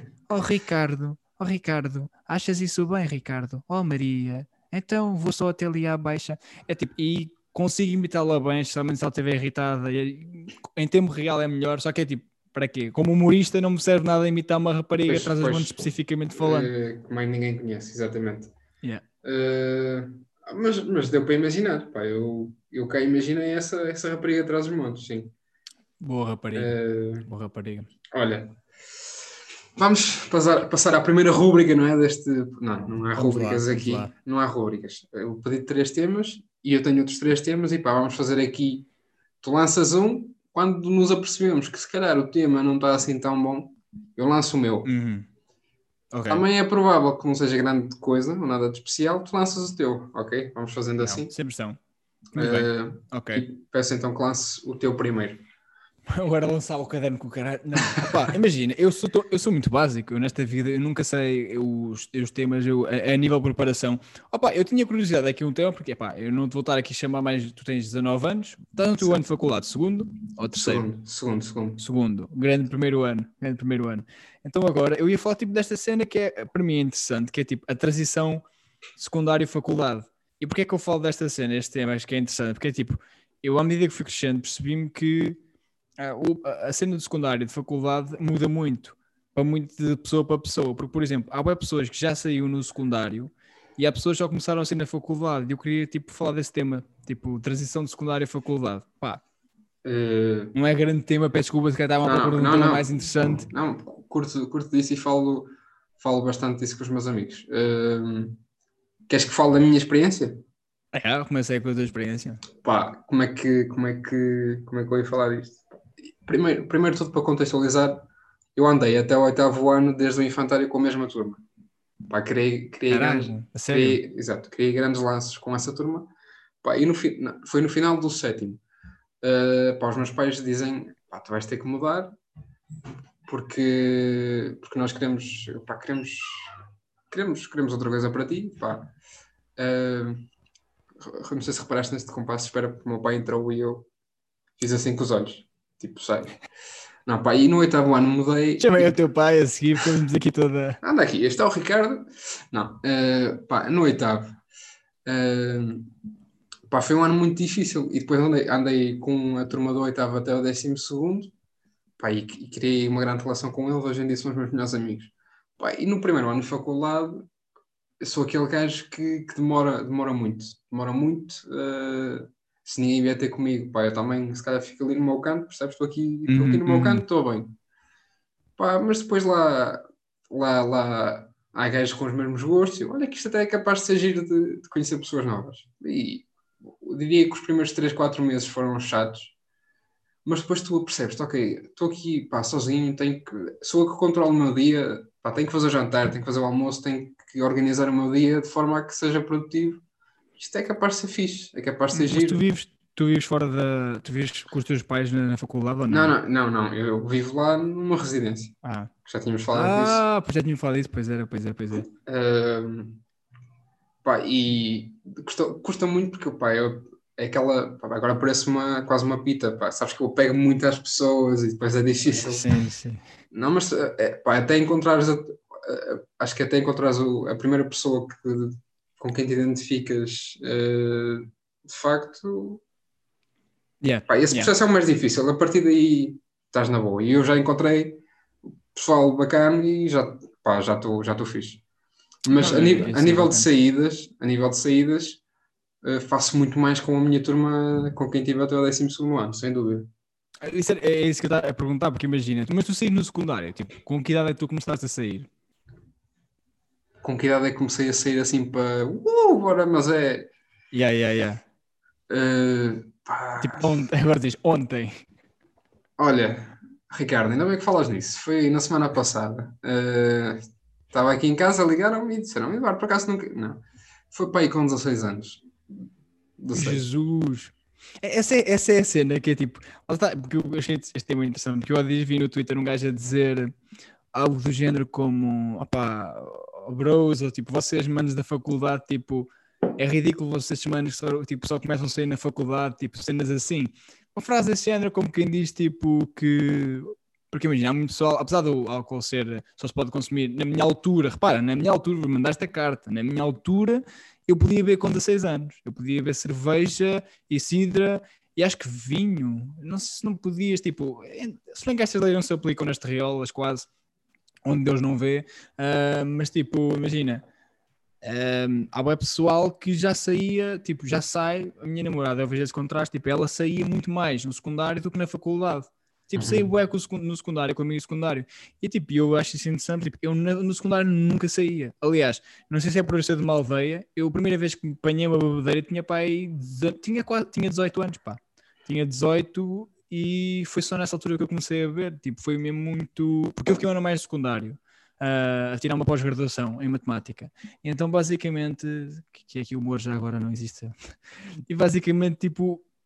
oh Ricardo, achas isso bem, Ricardo? Oh Maria, então vou só até ali à baixa, é tipo, e consigo imitá-la bem, especialmente se ela estiver irritada, em tempo real é melhor, só que é tipo, para quê? Como humorista não me serve nada imitar uma rapariga Pois, atrás das montes pois, especificamente falando. que mais ninguém conhece, exatamente. Yeah. Eh, mas deu para imaginar. Pá, eu cá imaginei essa rapariga atrás dos montes, sim. Boa rapariga. Eh, Boa rapariga. olha, vamos passar à primeira rúbrica, não é? Não, não há Vamos lá, rúbricas vamos lá. aqui. Não há rúbricas. Eu pedi 3 temas e eu tenho outros 3 temas e pá, vamos fazer aqui. Tu lanças um, quando nos apercebemos que se calhar o tema não está assim tão bom, eu lanço o meu. Uhum. Ok. Também é provável que não seja grande coisa, ou nada de especial, tu lanças o teu, ok? Vamos fazendo Não, assim. sem pressão. Muito bem. E Ok. peço então que lances o teu primeiro. Agora lançava o caderno com o caralho. Não, opá, imagina, eu sou muito básico. Eu nesta vida eu nunca sei os temas a nível de preparação. Opá, eu tinha curiosidade aqui um tema, porque epá, eu não te vou estar aqui a chamar mais. Tu tens 19 anos, estás no teu ano de Certo. faculdade, segundo ou terceiro? Segundo. Segundo, grande primeiro ano, grande primeiro ano. Então agora eu ia falar tipo desta cena que é para mim é interessante, que é tipo a transição secundário-faculdade. E porquê é que eu falo desta cena, este tema, acho que é interessante, porque é tipo, eu à medida que fui crescendo percebi-me que a cena do secundário e de faculdade muda muito, para muito de pessoa para pessoa, porque por exemplo, há boas pessoas que já saíram no secundário e há pessoas que já começaram a sair na faculdade, e eu queria tipo falar desse tema, tipo transição de secundário e faculdade. Pá, Eh, não é grande tema, peço desculpa se calhar estava à procura de um não, tema não, mais interessante. não, curto disso e falo bastante disso com os meus amigos. Queres que fale da minha experiência? Comecei com a tua experiência. Pá, como é que eu ia falar disto? Primeiro de tudo, para contextualizar, eu andei até o oitavo ano desde o infantário com a mesma turma. Pá, Caralho, a sério? criei grandes laços com essa turma. Pá, e foi no final do sétimo. Pá, os meus pais dizem, pá, tu vais ter que mudar porque nós queremos outra coisa para ti. Pá. Uh, não sei se reparaste neste compasso, espera porque o meu pai entrou e eu fiz assim com os olhos. Tipo, sai. Não, pá, e no oitavo ano mudei Chamei o e teu pai a seguir, ficamos aqui toda. anda aqui, este é o Ricardo. Não, pá, no oitavo. Uh, Pá, foi um ano muito difícil e depois andei com a turma do oitavo até o 12º, pá, e criei uma grande relação com eles, hoje em dia são os meus melhores amigos. Pá, e no primeiro ano de faculdade, eu sou aquele gajo que demora muito, se ninguém vier ter comigo, pá, eu também se calhar fico ali no meu canto, percebes? Estou aqui Uhum, no meu canto, uhum. estou bem. Pá, mas depois lá há gajos com os mesmos gostos, e olha que isto até é capaz de ser giro de conhecer pessoas novas. E eu diria que os primeiros 3 4 meses foram chatos, mas depois tu percebes, ok, estou aqui, pá, sozinho, sou eu que controlo o meu dia, pá, tenho que fazer o jantar, tenho que fazer o almoço, tenho que organizar o meu dia de forma a que seja produtivo. Isto é capaz de ser fixe, é capaz de ser Mas tu giro. vives, tu vives fora da. Tu vives com os teus pais na faculdade ou Não, não? não, não, não, eu vivo lá numa residência. Ah. Já tínhamos falado disso. Pois já tinha falado isso, pois era, pois é, pois é. Ahm, Pá, e custa muito porque pá, é aquela. Pá, agora parece quase uma pita. Pá, sabes que eu pego muito às pessoas e depois é difícil. Sim, sim. Não, mas pá, até encontrares. Acho que até encontrares a primeira pessoa com quem te identificas de facto. Yeah, Pá, esse yeah. processo é o mais difícil. A partir daí estás na boa. E eu já encontrei pessoal bacana e já estou fixe. Mas Não, a isso é nível de bacana. saídas, faço muito mais com a minha turma, com quem tive até o 12º ano, sem dúvida. É isso que eu estava a perguntar, porque imagina, mas tu saís no secundário, tipo, com que idade é que tu começaste a sair? Com que idade é que comecei a sair assim para. Bora, mas é. Yeah, yeah, yeah. Tipo, Pá, ontem, agora diz ontem. olha, Ricardo, ainda bem que falas nisso. Foi na semana passada. Estava aqui em casa, ligaram-me e disseram: Eduardo, por acaso nunca. Não. Foi para aí com 16 anos. 16. Jesus. Essa é a cena que é tipo, lá está, porque eu achei este tema interessante, porque eu há dias vi no Twitter um gajo a dizer algo do género como, opá, bros, ou tipo, vocês manos da faculdade, tipo, é ridículo vocês manos só começam a sair na faculdade, tipo, cenas assim. Uma frase desse género como quem diz, tipo, que... Porque imagina, há muito pessoal, apesar do álcool ser, só se pode consumir na minha altura, repara, na minha altura, mandaste a carta, na minha altura eu podia beber com 16 anos, eu podia beber cerveja e cidra e acho que vinho, não sei se não podias, tipo, se bem que estas leis não se aplicam nas terriolas quase, onde Deus não vê, mas tipo, imagina, há bué pessoal que já saía, tipo, já sai, a minha namorada, eu vejo esse contraste, tipo, ela saía muito mais no secundário do que na faculdade. Tipo, saía Uhum. bué no secundário, com o amigo secundário. E tipo, eu acho isso interessante, tipo, eu no secundário nunca saía. Aliás, não sei se é por eu ser de uma aldeia, eu a primeira vez que me apanhei uma bebedeira tinha pai, tinha 18 anos, pá. Tinha 18 e foi só nessa altura que eu comecei a beber. Tipo, foi mesmo muito... Porque eu fiquei um ano mais secundário, a tirar uma pós-graduação em matemática. Então, basicamente, que é que o humor já agora não existe. E basicamente, tipo,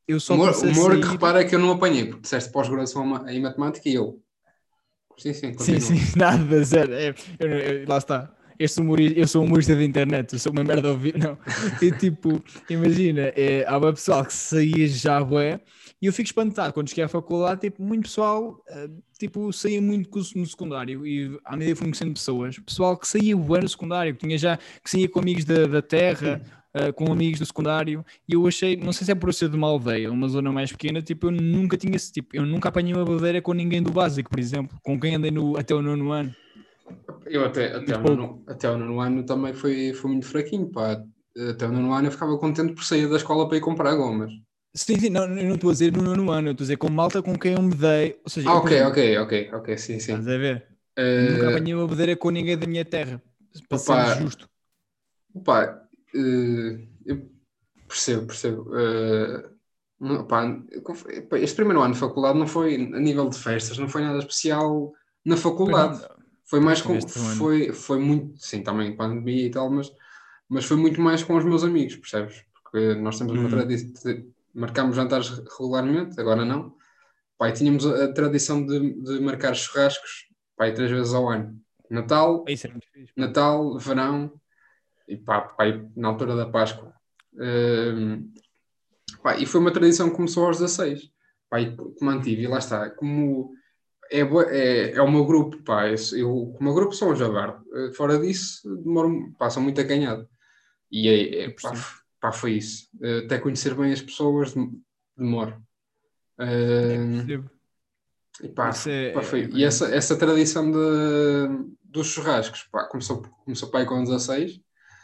eu só Humor, comecei a humor que sair... repara que eu não apanhei, porque disseste pós-graduação em matemática e eu. Sim, Sim, sim, continua. nada, zero. Lá está. Eu sou humorista da internet, eu sou uma merda a ouvir, não. E tipo, imagina, há uma pessoal que saía já bué, e eu fico espantado quando cheguei à faculdade, tipo, muito pessoal, tipo, saía muito no secundário, e à medida que fui conhecendo pessoas, pessoal que saía bué no secundário, que saía com amigos da terra, com amigos do secundário, e eu achei, não sei se é por eu ser de uma aldeia, uma zona mais pequena, tipo, eu nunca tinha, tipo, eu nunca apanhei uma badeira com ninguém do básico, por exemplo, com quem andei até o nono ano, Eu até muito pouco. até o nono ano também foi muito fraquinho, pá. Até o nono ano eu ficava contente por sair da escola para ir comprar gomas. Sim, sim, não, eu não estou a dizer no nono ano, eu estou a dizer com malta com quem eu me dei, ou seja, Ah, eu, por ok, exemplo, ok, ok, ok, sim, estás sim. a ver? Eu nunca Eh, apanhei uma badeira com ninguém da minha terra, para ser opa, justo. opa, eu percebo. Opá, este primeiro ano de faculdade não foi, a nível de festas, não foi nada especial na Pois não, faculdade. Foi pois mais com, tiveste um ano. foi muito, sim, também pandemia e tal, mas foi muito mais com os meus amigos, percebes? Porque nós temos uma Uhum. tradição, marcámos jantares regularmente, agora não. Pá, e tínhamos a tradição de marcar churrascos, pá, e 3 vezes ao ano. Natal, Isso é muito fixe, pá. Natal, verão e pá, e na altura da Páscoa. Hum, Pá, e foi uma tradição que começou aos 16. Pá, e que mantive, e lá está. Como é o meu grupo, pá, o meu grupo são os Javarde. Fora disso, passam muito acanhado. E Eu percebo. pá, foi isso. Até conhecer bem as pessoas demora. Eu Uh, percebo. e pá, Isso foi. é E essa, curioso. essa tradição dos churrascos, pá, começou pá, aí com 16,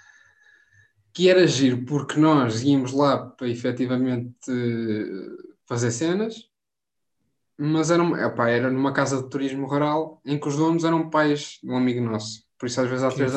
que era giro, porque nós íamos lá para efetivamente fazer cenas. Mas era numa casa de turismo rural em que os donos eram pais de um amigo nosso. Por isso, às vezes, Que,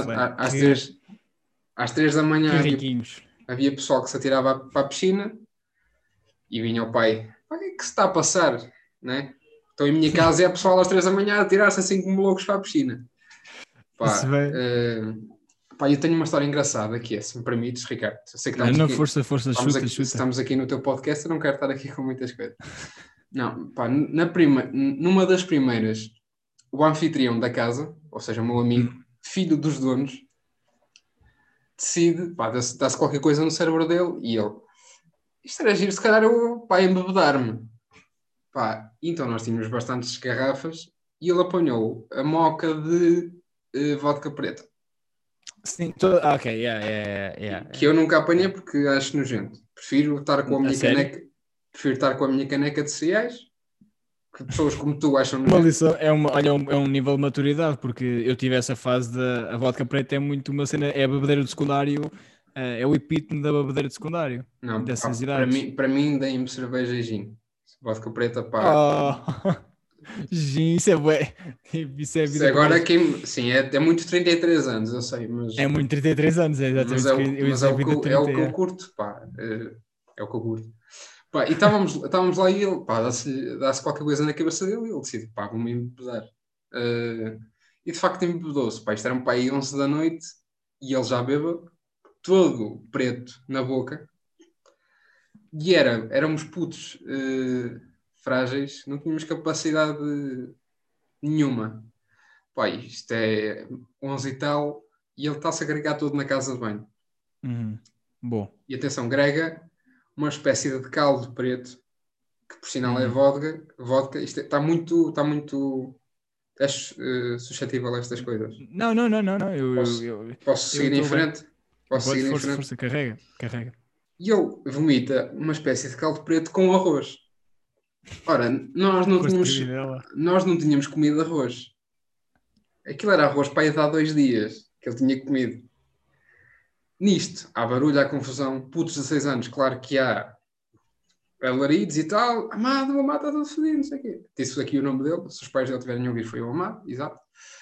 às 3 da manhã que havia, riquinhos. havia pessoal que se atirava para a piscina e vinha o pai: o que é que se está a passar? Né? Estou em minha casa e há pessoal às 3 da manhã a tirar-se assim como loucos para a piscina. Está-se Pá, bem. pá, eu tenho uma história engraçada que é, se me permites, Ricardo. Eu sei que Não, não, força, força, chuta, se chuta. estamos aqui no teu podcast, eu não quero estar aqui com muitas coisas. Não, pá, numa das primeiras, o anfitrião da casa, ou seja, o meu amigo, Hum. filho dos donos, decide, pá, dá-se qualquer coisa no cérebro dele e ele, isto era giro, se calhar eu, pá, embebedar-me. Pá, então nós tínhamos bastantes garrafas e ele apanhou a moca de vodka preta, Sim, ok, yeah, yeah, yeah, que eu yeah. nunca apanhei Yeah. porque acho nojento. A sério? Prefiro estar com a minha caneca de cereais, que pessoas como tu acham Uma nojento. lição, olha, é um nível de maturidade, porque eu tive essa fase da a vodka preta é muito uma cena, é a bebedeira de secundário, é o epítome da bebedeira de secundário, Não, dessas para idades. mim, para mim deem-me cerveja e gin. Vodka preta, pá. Oh, Gin, isso é bué, tipo, isso é a Se vida que um agora gajo, quem. Sim, é muito 33 anos, eu sei, é muito 33 anos, é mas, exatamente isso que eu ia mas dizer, vida de é o 30, que eu é. curto, pá. É o que eu curto. Pá, e estávamos lá e ele, pá, dá-se qualquer coisa na cabeça dele e ele decide, pá, vou-me embebedar. E de facto embebedou-se, pá. Isto era um pá aí 11 da noite e ele já beba, todo preto na boca. E éramos putos frágeis, não tínhamos capacidade nenhuma. Pá, isto é 11 e tal, e ele está-se a agregar todo na casa de banho. Uhum. Bom, E atenção, grega uma espécie de caldo preto, que por sinal é uhum. vodka. Isto está muito, és suscetível a estas coisas. Não, não, não, não, não, Posso, posso eu seguir em estou bem. frente? Posso Pode, seguir em força, frente? força, carrega, carrega. E ele vomita uma espécie de caldo preto com arroz. Ora, Com a estrelinha. nós não tínhamos comido arroz. Aquilo era arroz para aí de há 2 dias que ele tinha comido. Nisto, há barulho, há confusão, putos de 6 anos, claro que há alaridos e tal, Amado, o Amado está todo fodido, não sei o quê. Disse aqui o nome dele, se os pais dele tiverem a ouvir, foi o Amado, exato.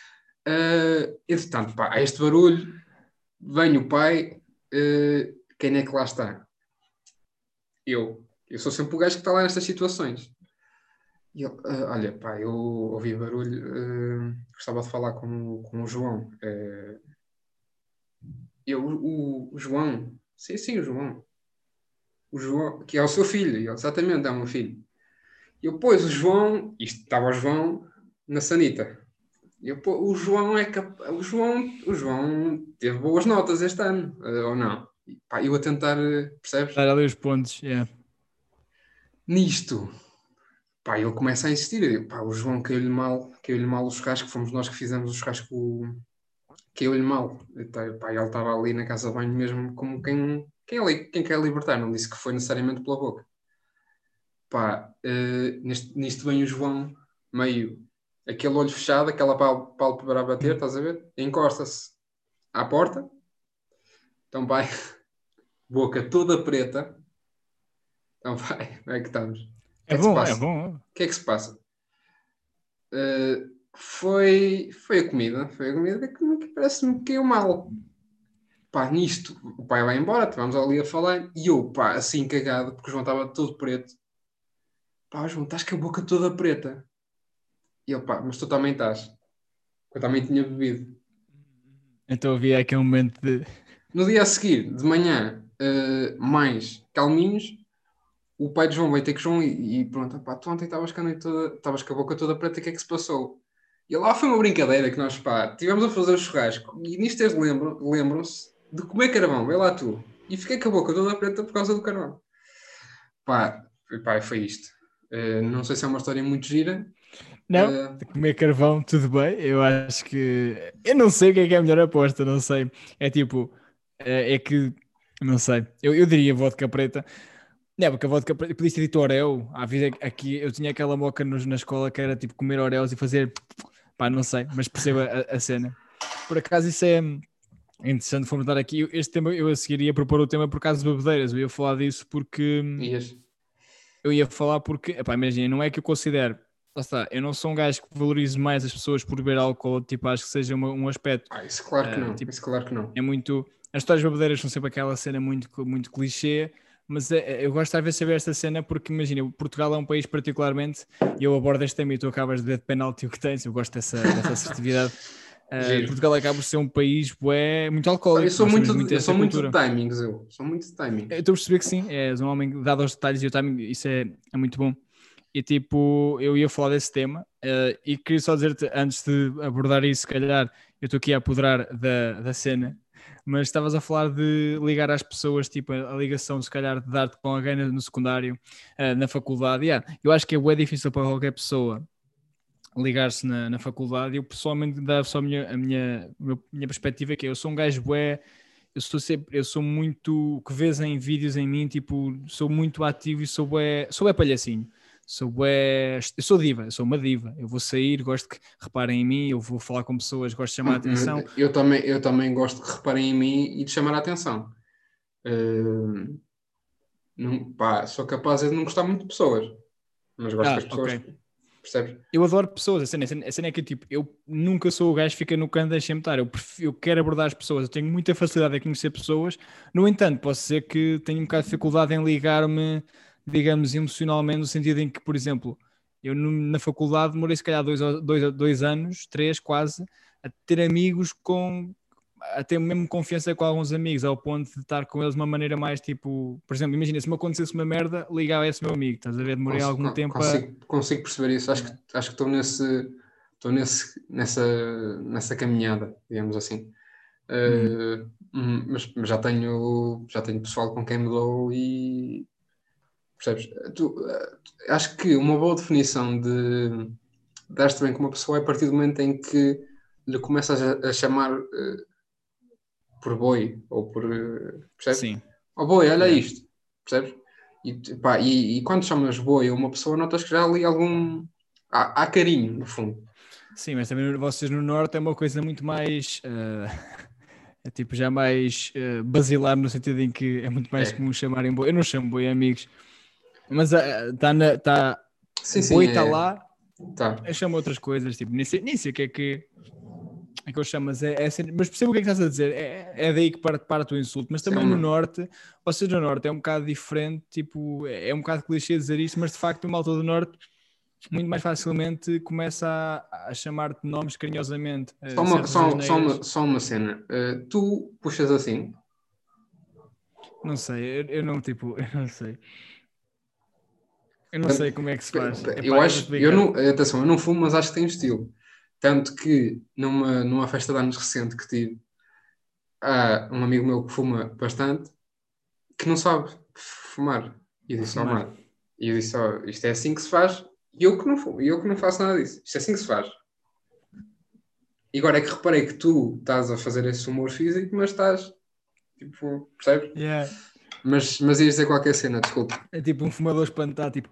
Entretanto, pá, há este barulho, vem o pai, quem é que lá está? Eu sou sempre o gajo que está lá nestas situações. E ele, olha, pá, eu ouvi barulho, gostava de falar com o João. O João, sim, sim, o João. o João, que é o seu filho, e ele, exatamente, é o meu filho. E eu, pois, o João, isto estava o João na sanita. E eu, pô, o João teve boas notas este ano, ou não? E, pá, eu a tentar, percebes? Dar ali os pontos, yeah. Nisto, pá, ele começa a insistir. Eu digo, pá, o João caiu-lhe mal o churrasco, fomos nós que fizemos o churrasco, caiu-lhe mal. Então, pá, ele estava ali na casa de banho mesmo como quem quer libertar, não disse que foi necessariamente pela boca. Pá, nisto vem o João, meio, aquele olho fechado, aquela pálpebra a bater, estás a ver? Encosta-se à porta, então vai, boca toda preta, então vai que estamos. O que É é que se bom, é passa? O bom. que é que se passa? Foi a comida que parece-me que caiu mal. Pá, nisto, o pai vai embora, estávamos ali a falar, e eu, pá, assim cagado, porque o João estava todo preto. Pá, João, estás com a boca toda preta. E ele, pá, mas tu também estás. Eu também tinha bebido. Então havia aquele momento de. No dia a seguir, de manhã, mais calminhos, o pai de João vai ter que João e pronto, pá, tu ontem estavas com a noite toda, estavas com a boca toda preta, o que é que se passou? E lá foi uma brincadeira que nós, pá, tivemos a fazer o churrasco e nisto eles lembram-se de comer carvão, vê lá tu. E fiquei com a boca toda preta por causa do carvão. Pá, foi isto. Não sei se é uma história muito gira. Não, de comer carvão, tudo bem. Eu acho que. Eu não sei o que é a melhor aposta, não sei. É tipo. É que. Não sei. Eu diria vodka preta. Não, porque a vodka preta. Podias ter dito Oreo. À vida aqui eu tinha aquela moca na escola que era tipo comer Oreos e fazer. Pá, não sei, mas perceba a cena. Por acaso isso é interessante fomentar aqui. Este tema eu a seguir ia propor o tema por causa de bebedeiras. Eu ia falar disso porque. Ias. Eu ia falar porque, epá, imagina, não é que eu considero, lá está, eu não sou um gajo que valorize mais as pessoas por beber álcool, tipo, acho que seja um aspecto, Isso claro que não. tipo, Isso claro que não. é muito, as histórias babadeiras são sempre aquela cena muito clichê, mas eu gosto de saber esta cena porque, imagina, Portugal é um país particularmente, e eu abordo este tema e tu acabas de ver de penalti o que tens, eu gosto dessa assertividade. Giro. Portugal acaba por ser um país bué, muito Pá, alcoólico, nós temos muito eu sou essa muito de cultura. timings, eu. Sou muito de Eu timings. estou a perceber que sim, és um homem dado aos detalhes e o timing, isso é muito bom. E tipo, eu ia falar desse tema e queria só dizer-te, antes de abordar isso, se calhar, eu estou aqui a apoderar da cena, mas estavas a falar de ligar às pessoas, tipo, a ligação, se calhar, de dar-te com alguém no secundário, na faculdade. Yeah, eu acho que é bem difícil para qualquer pessoa ligar-se na faculdade. Eu pessoalmente dar só a minha perspectiva, que é, eu sou um gajo bué, eu sou muito, que vês em vídeos em mim, tipo, sou muito ativo e sou bué palhacinho. Eu sou diva, eu sou uma diva. Eu vou sair, gosto que reparem em mim, eu vou falar com pessoas, gosto de chamar a atenção. Eu também gosto que reparem em mim e de chamar a atenção. Não, pá, sou capaz de não gostar muito de pessoas, mas gosto que as Ok. pessoas, percebes? Eu adoro pessoas, a cena é que tipo, eu nunca sou o gajo que fica no canto deixa-me estar, eu quero abordar as pessoas, eu tenho muita facilidade em conhecer pessoas, no entanto, posso dizer que tenho um bocado de dificuldade em ligar-me, digamos, emocionalmente, no sentido em que, por exemplo, eu na faculdade demorei se calhar dois anos, três quase, a ter amigos a ter mesmo confiança com alguns amigos, ao ponto de estar com eles de uma maneira mais tipo, por exemplo, imagina, se me acontecesse uma merda, ligava a esse meu amigo, estás a ver? Demorei algum tempo a. Consigo perceber isso. Acho que estou nessa caminhada, digamos assim. Uhum. Mas já tenho pessoal com quem me dou e percebes? Acho que uma boa definição de dar-te bem com uma pessoa é a partir do momento em que lhe começas a chamar por boi ou por percebes? Sim, Oh boi, olha yeah. isto, percebes? E quando chamas boi a uma pessoa, notas que já há ali algum. Há carinho, no fundo. Sim, mas também vocês no Norte é uma coisa muito mais. É tipo já mais basilar, no sentido em que é muito mais É. comum chamarem boi. Eu não chamo boi amigos, mas Sim, sim, boi está é. lá, Tá. eu chamo outras coisas, tipo, nem sei o que é que eu chamo, mas percebo o que é que estás a dizer, é daí que para o insulto, mas Sim, é também no Norte, ou seja, no Norte é um bocado diferente, tipo, é um bocado clichê dizer isto, mas de facto o malta do Norte muito mais facilmente começa a chamar-te nomes carinhosamente, Só uma, certas só, só uma, asneiras. só uma cena. Tu puxas assim. Não sei, eu não, tipo, eu não sei. Eu não sei como é que se faz. Eu Epá, eu vou acho, explicar. atenção, eu não fumo, mas acho que tem estilo. Tanto que numa festa de anos recente que tive, há um amigo meu que fuma bastante, que não sabe fumar. E eu disse, ó Fumar. mano, e eu disse, ó, isto é assim que se faz, e eu que não fumo, e eu que não faço nada disso. Isto é assim que se faz. E agora é que reparei que tu estás a fazer esse humor físico, mas estás, tipo, percebes? Yeah. Mas ias dizer qualquer cena, desculpa. É tipo um fumador espantado, tipo.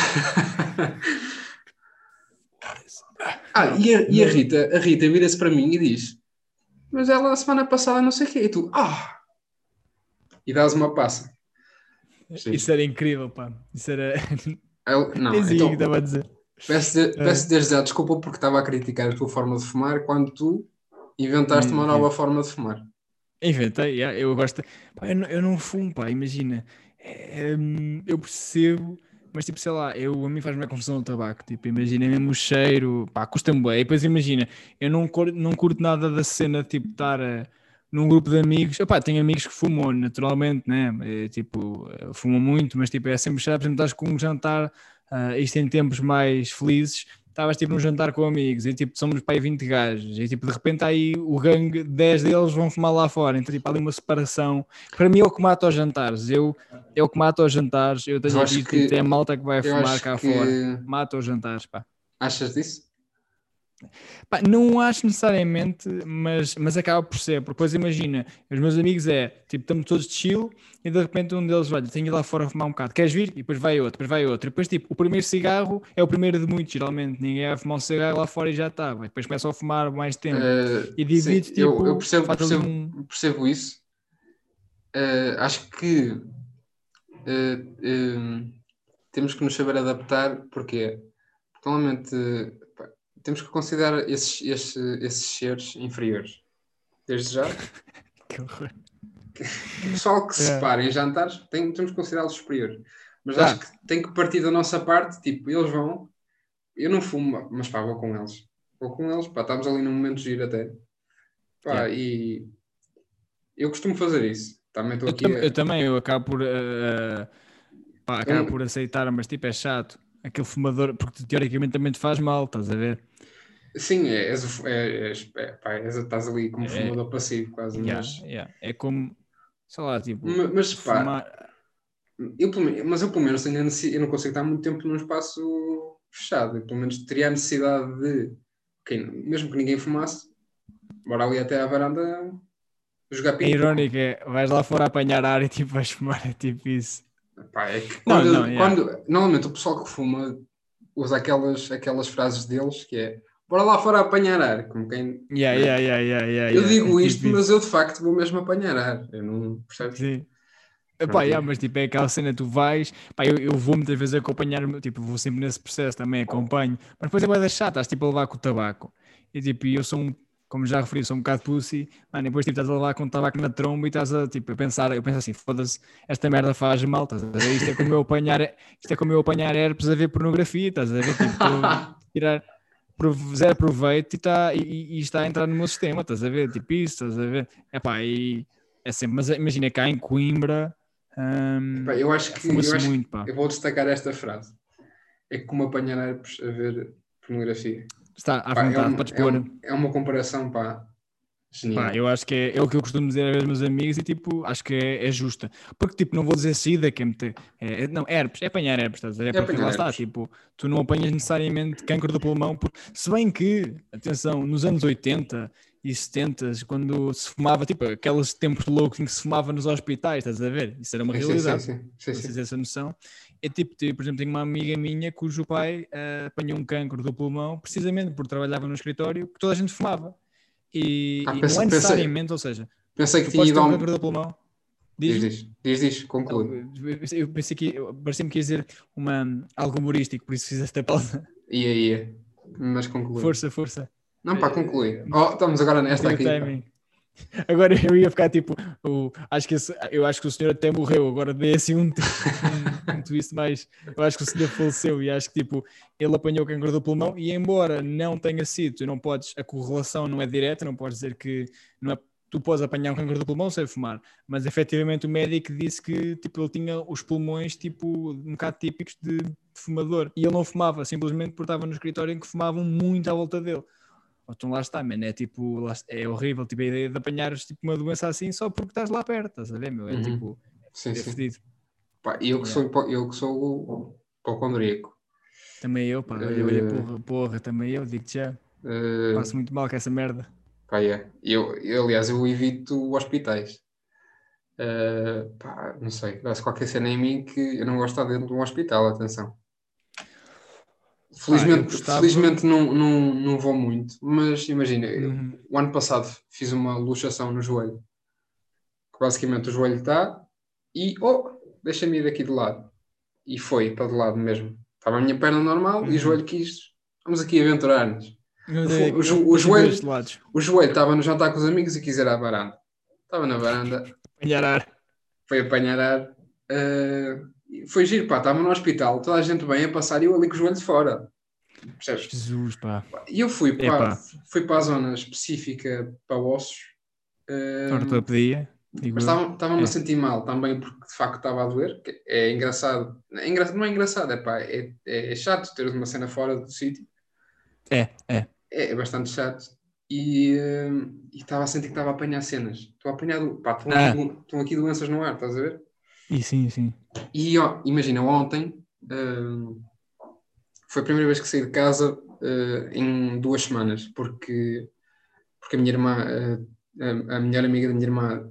Não, E a mas Rita vira-se para mim e diz, mas ela a semana passada não sei o quê, e tu, e dás uma passa. isso era incrível, pá. Isso era. Nem Não, sei o que então, estava a dizer. peço desde já desculpa porque estava a criticar a tua forma de fumar quando tu inventaste uma nova forma de fumar. Inventei, yeah, eu gosto. Pá, eu não fumo, pá, imagina. Eu percebo, mas tipo, sei lá, a mim faz-me a confusão o tabaco. Tipo, imagina mesmo o cheiro, pá, custa-me bem. E depois imagina, eu não curto nada da cena, tipo, estar num grupo de amigos. Epá, tenho amigos que fumam, naturalmente, né? Tipo, fumam muito, mas tipo, é sempre chato, por exemplo, estás com um jantar, isto em tempos mais felizes. Estavas tipo num jantar com amigos e tipo somos para aí 20 gajos e tipo de repente aí o gangue, 10 deles vão fumar lá fora, então tipo há ali uma separação. Para mim é o que mata aos jantares, é o que mata aos jantares, eu Eu tenho acho aqui, tipo, tem que, a malta que vai eu fumar acho cá fora, que, mata os jantares, pá. achas disso? Pá, não acho necessariamente, mas acaba por ser, porque depois imagina, os meus amigos tipo, estamos todos de chill e de repente um deles, olha, tenho que ir lá fora fumar um bocado, queres vir? E depois vai outro, depois vai outro. E depois, tipo, o primeiro cigarro é o primeiro de muitos, geralmente, ninguém vai fumar um cigarro lá fora e já está, depois começam a fumar mais tempo. E Sim, divide, eu tipo, percebo, faz ali um... percebo isso. Acho que temos que nos saber adaptar, porque normalmente pá, temos que considerar esses seres inferiores. Desde já, Que horror. o pessoal que se É. separa em jantares, temos que considerá-los superiores. Mas acho Ah, que tem que partir da nossa parte, tipo, eles vão, eu não fumo, mas pá, vou com eles. Vou com eles, pá, estamos ali num momento de giro até. yeah. Pá, e eu costumo fazer isso. Também estou aqui Eu a... também, eu acabo por, pá, eu acabo por aceitar, mas tipo, é chato. Aquele fumador, porque teoricamente também te faz mal, estás a ver? sim, pá, estás ali como É, fumador passivo quase, yeah, yeah. É como, sei lá, tipo, mas pá, fumar. eu pelo menos tenho eu não consigo estar muito tempo num espaço fechado. Eu pelo menos teria a necessidade de, mesmo que ninguém fumasse, bora ali até à varanda jogar É ping-pong. irónico, vais lá fora apanhar ar e tipo, vais fumar, é tipo isso. Pá, é que Não, não, yeah. normalmente o pessoal que fuma usa aquelas frases deles que é bora lá fora apanhar ar, como quem, Yeah, né? yeah, yeah, yeah, yeah, Eu yeah. É digo tipo isto, mas isso. eu de facto vou mesmo apanhar ar. Eu não, percebes? Sim. Epá, Pronto, yeah, mas tipo, é aquela cena, tu vais, pá, eu vou muitas vezes acompanhar, tipo, vou sempre nesse processo também, acompanho, mas depois é bué da chata, estás tipo a levar com o tabaco, e tipo, eu sou como já referi, sou um bocado pussy, mano, e depois tipo, estás a levar com o tabaco na tromba e estás a, tipo, a pensar, eu penso assim, foda-se, esta merda faz mal, estás a ver, isto é como eu apanhar herpes a ver pornografia, estás a ver, tipo, estou a tirar zero proveito e está a entrar no meu sistema, estás a ver, tipo isso, estás a ver, epá, e é sempre, mas imagina, cá em Coimbra, epá, eu fuma-se acho que muito, pá. eu vou destacar esta frase. É como apanhar herpes a ver pornografia. Está à Pá, vontade, podes pôr. é uma comparação, pá, Pá, genial. eu acho que é o que eu costumo dizer a ver aos meus amigos e tipo, acho que é justa. Porque tipo, não vou dizer sida, que é meter. Não, herpes, é apanhar herpes, estás a ver? É Porque apanhar lá está, herpes. tipo, tu não apanhas necessariamente cancro do pulmão, se bem que, atenção, nos anos 80 e 70, quando se fumava, tipo, aqueles tempos loucos em que se fumava nos hospitais, estás a ver? Isso era uma Sim, sim, sim, realidade, sim, sim, vocês sim. essa noção. É tipo, por exemplo, tenho uma amiga minha cujo pai apanhou um cancro do pulmão precisamente porque trabalhava no escritório que toda a gente fumava. E não é necessariamente, ou seja, Pensei que tu tinha podes ido ter um ao. cancro do pulmão, Diz, diz-me? diz, diz, diz, Não, conclui. eu pensei que parecia-me que ia dizer algo humorístico, por isso fiz esta pausa. Ia. Mas conclui. Força, força. Não, pá, conclui. Oh, estamos agora nesta Meti o aqui, pá. timing. Agora eu ia ficar tipo, eu acho que o senhor até morreu, agora dei assim um twist mais, eu acho que o senhor faleceu e acho que tipo, ele apanhou o cancro do pulmão e embora não tenha sido, tu não podes, a correlação não é direta, não podes dizer que não é tu podes apanhar um cancro do pulmão sem fumar, mas efetivamente o médico disse que tipo, ele tinha os pulmões tipo, um bocado típicos de fumador, e ele não fumava, simplesmente porque estava no escritório em que fumavam muito à volta dele. Então lá está, mano, é tipo, é horrível tipo, a ideia de apanhares tipo, uma doença assim só porque estás lá perto, estás a ver, meu? É tipo, Sim, é sim. fedido. Pá, eu que Yeah. sou hipocondríaco. Também eu, pá, olha, porra, também eu, digo-te já, passo muito mal com essa merda. Pá, é. Aliás, eu evito hospitais. Pá, não sei, dá-se qualquer cena em mim que eu não gosto de estar dentro de um hospital, atenção. Pá, eu gostava. Felizmente não vou muito, mas imagina, o ano passado fiz uma luxação no joelho, que basicamente o joelho está e, deixa-me ir daqui de lado. E foi para de lado mesmo. Estava a minha perna normal e o joelho quis, vamos aqui aventurar-nos. No fundo, Deixa-me ver estes lados. o joelho estava no jantar com os amigos e quis ir à varanda. Estava na varanda, Apanhar ar. foi apanhar ar. Foi giro, pá, estava no hospital, toda a gente bem a passar e eu ali com o joelho de fora. Percebes? Jesus, pá. E eu Epá, fui para a zona específica para ossos, ortopedia, digo mas eu. estava-me a sentir mal também porque de facto estava a doer. Que é engraçado. Não é engraçado, pá, é chato teres uma cena fora do sítio. É. É bastante chato. E estava a sentir que estava a apanhar cenas. Estou a apanhar. Pá, estão aqui doenças no ar, estás a ver? E sim. E ó, imagina, ontem foi a primeira vez que saí de casa em 2 semanas, porque a minha irmã, a melhor amiga da minha irmã,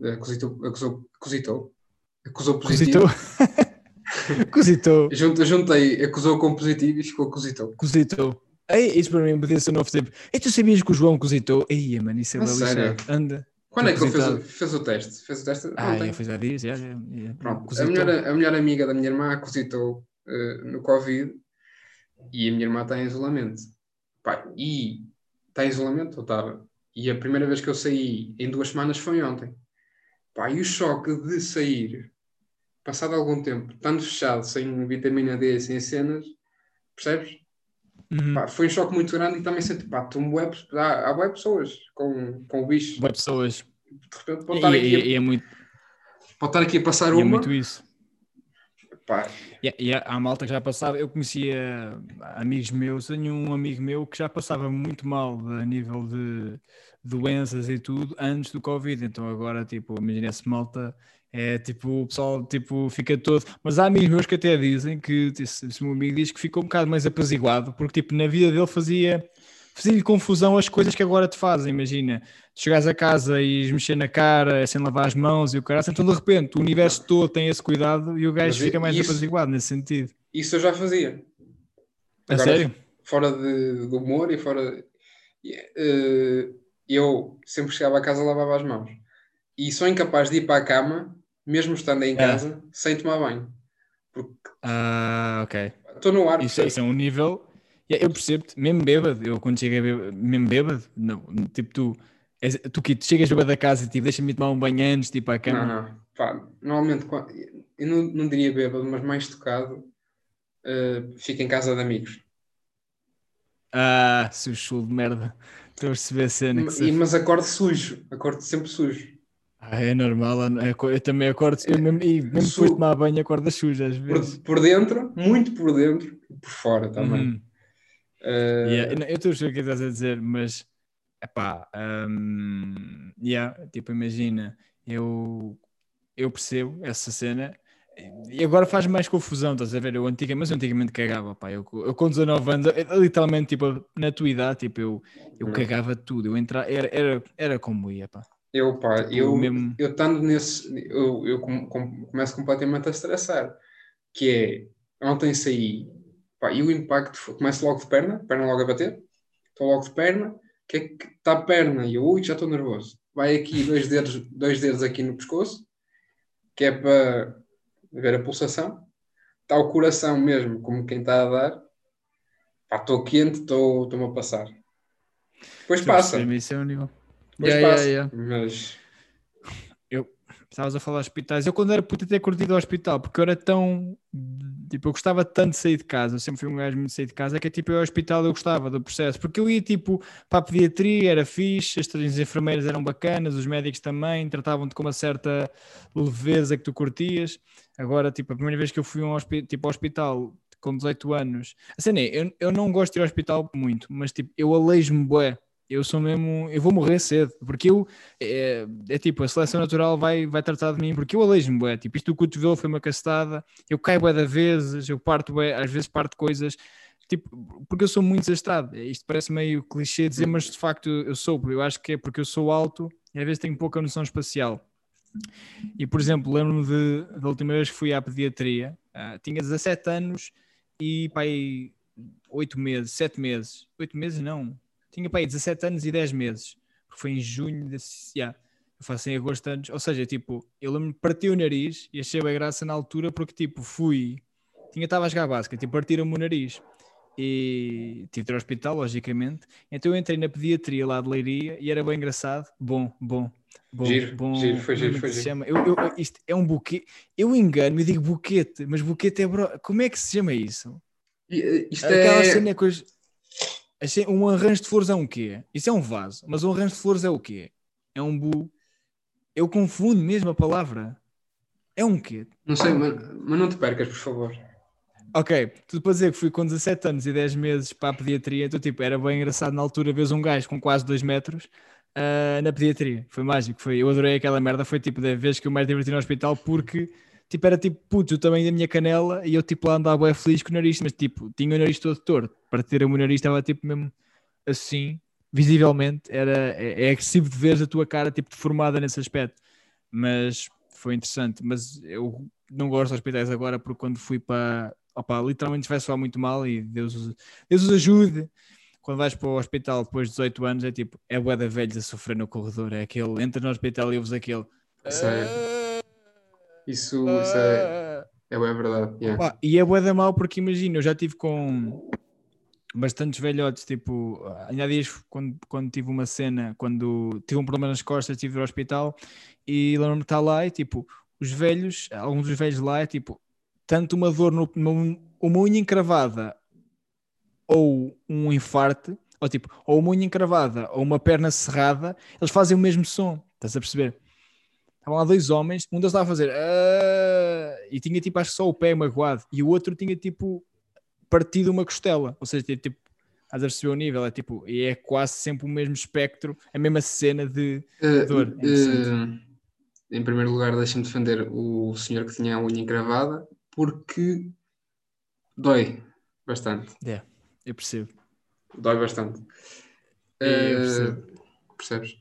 acusou Cositou. positivo. Cositou. Juntei, acusou com positivo e ficou cositou. Cositou. Ei, isso para mim podia ser um novo tempo. E tu sabias que o João cositou? Ei, mano, isso é A bem sério. lixado. Anda, Quando estou é que ele cositado. fez o teste? Fez o teste Já ontem. fez há dias, já. Pronto. Cositou. A melhor amiga da minha irmã cositou no Covid e a minha irmã está em isolamento. Pá, e está em isolamento, ou estava. E a primeira vez que eu saí em 2 semanas foi ontem. Pá, e o choque de sair, passado algum tempo, estando fechado, sem vitamina D, sem cenas, percebes? Pá, foi um choque muito grande e também senti, pá, há web pessoas com o bicho. Boas pessoas. De repente E é muito, pode estar aqui a passar e é muito uma. isso. Pá, E há malta que já passava, eu conhecia amigos meus, tenho um amigo meu que já passava muito mal a nível de doenças e tudo antes do Covid, então agora tipo, imagina esse malta, é tipo, o pessoal tipo, fica todo, mas há amigos meus que até dizem que, esse meu amigo diz que ficou um bocado mais apaziguado, porque tipo, na vida dele fazia-lhe confusão as coisas que agora te fazem, imagina, tu chegares a casa e ires mexer na cara sem lavar as mãos e o caralho, então de repente o universo todo tem esse cuidado e o mas gajo fica mais apaziguado nesse sentido. isso eu já fazia. A Agora, sério? fora de humor e fora. eh, eu sempre chegava a casa e lavava as mãos. E sou incapaz de ir para a cama, mesmo estando em É. casa, sem tomar banho. Porque Ah, ok. estou no ar, Isso é percebes? um nível. Eu percebo-te, mesmo bêbado, eu quando chego a bêbado, mesmo bêbado, não, tipo tu chegas bêbado a casa e tipo, deixa-me tomar um banho antes, tipo à Não, cama. não. Pá, normalmente, eu não diria bêbado, mas mais tocado, fico em casa de amigos. Ah, seu chulo de merda. Estou a perceber a cena que se. Mas acordo sujo, acordo sempre sujo. Ah, é normal, eu também acordo, mesmo depois de Su tomar banho, acordo sujo às vezes. por dentro, muito por dentro, e por fora também. Uhum. Yeah, Uh, eu estou a perceber o que estás a dizer, mas epá, yeah, tipo, imagina, eu percebo essa cena e agora faz mais confusão, estás a ver? Mas eu antigamente cagava, pá. Eu com 19 anos, literalmente, tipo, na tua idade, tipo, eu não. cagava tudo, eu entrava, era como ia, pá. Pá, Tipo, mesmo. eu estando nesse, eu começo completamente a estressar, que é, ontem saí, pá, e o impacto, começo logo de perna logo a bater, estou logo de perna, que é que está a perna, e eu, ui, já estou nervoso. Vai aqui dois dedos aqui no pescoço, que é para ver a pulsação, está o coração mesmo, como quem está a dar, pá, estou quente, estou-me a passar. Depois Estou a perceber, passa, mas isso é um nível. depois Yeah, yeah, passa, yeah. mas Eu, Estavas a falar de hospitais. Eu quando era puto até curti do hospital, porque eu era tão... Tipo, eu gostava tanto de sair de casa. Eu sempre fui um gajo muito de sair de casa. É que tipo, eu ao hospital eu gostava do processo. Porque eu ia tipo para a pediatria, era fixe, as enfermeiras eram bacanas, os médicos também, tratavam-te com uma certa leveza que tu curtias. Agora, tipo, a primeira vez que eu fui tipo, ao hospital com 18 anos... A cena é, eu não gosto de ir ao hospital muito, mas tipo, eu aleijo-me bué. Eu sou mesmo... Eu vou morrer cedo, porque eu é tipo, a seleção natural vai tratar de mim, porque eu aleijo-me, bué, tipo, isto do cotovelo foi uma castada, eu caio bué de vezes, eu parto bué, às vezes parto coisas, tipo, porque eu sou muito desastrado. Isto parece meio clichê dizer, mas de facto eu sou, eu acho que é porque eu sou alto e às vezes tenho pouca noção espacial. E, por exemplo, lembro-me da última vez que fui à pediatria, tinha 17 anos e, pá, aí 8 meses, 7 meses, 8 meses não, tinha, pá, aí 17 anos e 10 meses, porque foi em junho desse, yeah, eu faço em agosto anos, ou seja, tipo, eu lembro-me de partir o nariz e achei bem graça na altura porque, tipo, estava a jogar basquete e partiram-me o nariz e tive de ir ao hospital, logicamente, então eu entrei na pediatria lá de Leiria e era bem engraçado, Giro, foi como giro, é que foi se giro. chama? Isto é um buquê, eu engano e digo buquete, mas buquete como é que se chama isso? Isto Aquela cena é. é coisa. Assim, um arranjo de flores é um quê? Isso é um vaso, mas um arranjo de flores é o quê? É um bu. Eu confundo mesmo a palavra. É um quê? Não É sei, um mas, quê? mas não te percas, por favor. Ok, tudo para dizer que fui com 17 anos e 10 meses para a pediatria, então tipo, era bem engraçado na altura ver um gajo com quase 2 metros na pediatria. Foi mágico, eu adorei aquela merda, foi tipo da vez que eu mais diverti no hospital porque tipo, era tipo, puto, o tamanho da minha canela e eu tipo lá andava bem feliz com o nariz, mas tipo, tinha o nariz todo torto. Para ter o meu nariz estava tipo mesmo assim, visivelmente, é agressivo de ver a tua cara tipo deformada nesse aspecto. Mas foi interessante. Mas eu não gosto de hospitais agora porque quando fui para. Opa, literalmente vai soar muito mal e Deus os ajude. Quando vais para o hospital depois de 18 anos é tipo, é bué de velhos a sofrer no corredor, é aquele, entra no hospital e ouves aquele. Isso é, isso é verdade. Yeah. Opa, e é bué da mal porque imagina, eu já tive com bastantes velhotes, tipo, ainda há dias quando tive uma cena, quando tive um problema nas costas, tive ir ao hospital e lembro-me de estar lá e tipo, os velhos, alguns dos velhos lá é tipo, tanto uma dor uma unha encravada ou um infarto, ou tipo, ou uma unha encravada ou uma perna cerrada, eles fazem o mesmo som, estás a perceber? Estavam lá dois homens, um deles estava a fazer e tinha tipo, acho que só o pé magoado, e o outro tinha tipo partido uma costela, ou seja, tipo, estás a perceber o nível, é tipo, e é quase sempre o mesmo espectro, a mesma cena de Eh, dor, é interessante. eh, em primeiro lugar, deixa-me defender o senhor que tinha a unha encravada, porque dói bastante. É, eu percebo, Dói bastante. eu Eh, percebo. percebes?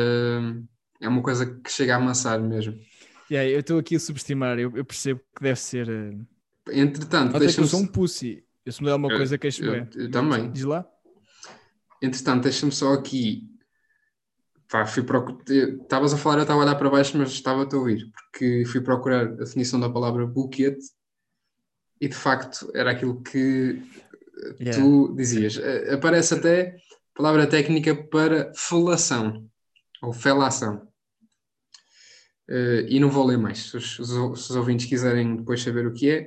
É uma coisa que chega a amassar mesmo. Yeah, eu estou aqui a subestimar, eu percebo que deve ser. Entretanto, Nota que eu deixa-me. sou um pussy, eu se me der alguma Eu, coisa queixo é, eu mas também. diz lá. Entretanto, deixa-me só aqui. Pá, fui procurar. Estavas a falar, eu estava a olhar para baixo, mas estava-te a ouvir, porque fui procurar a definição da palavra buquete e de facto era aquilo que Yeah. tu dizias. Aparece até palavra técnica para felação ou felação. E não vou ler mais. Se os ouvintes quiserem depois saber o que é,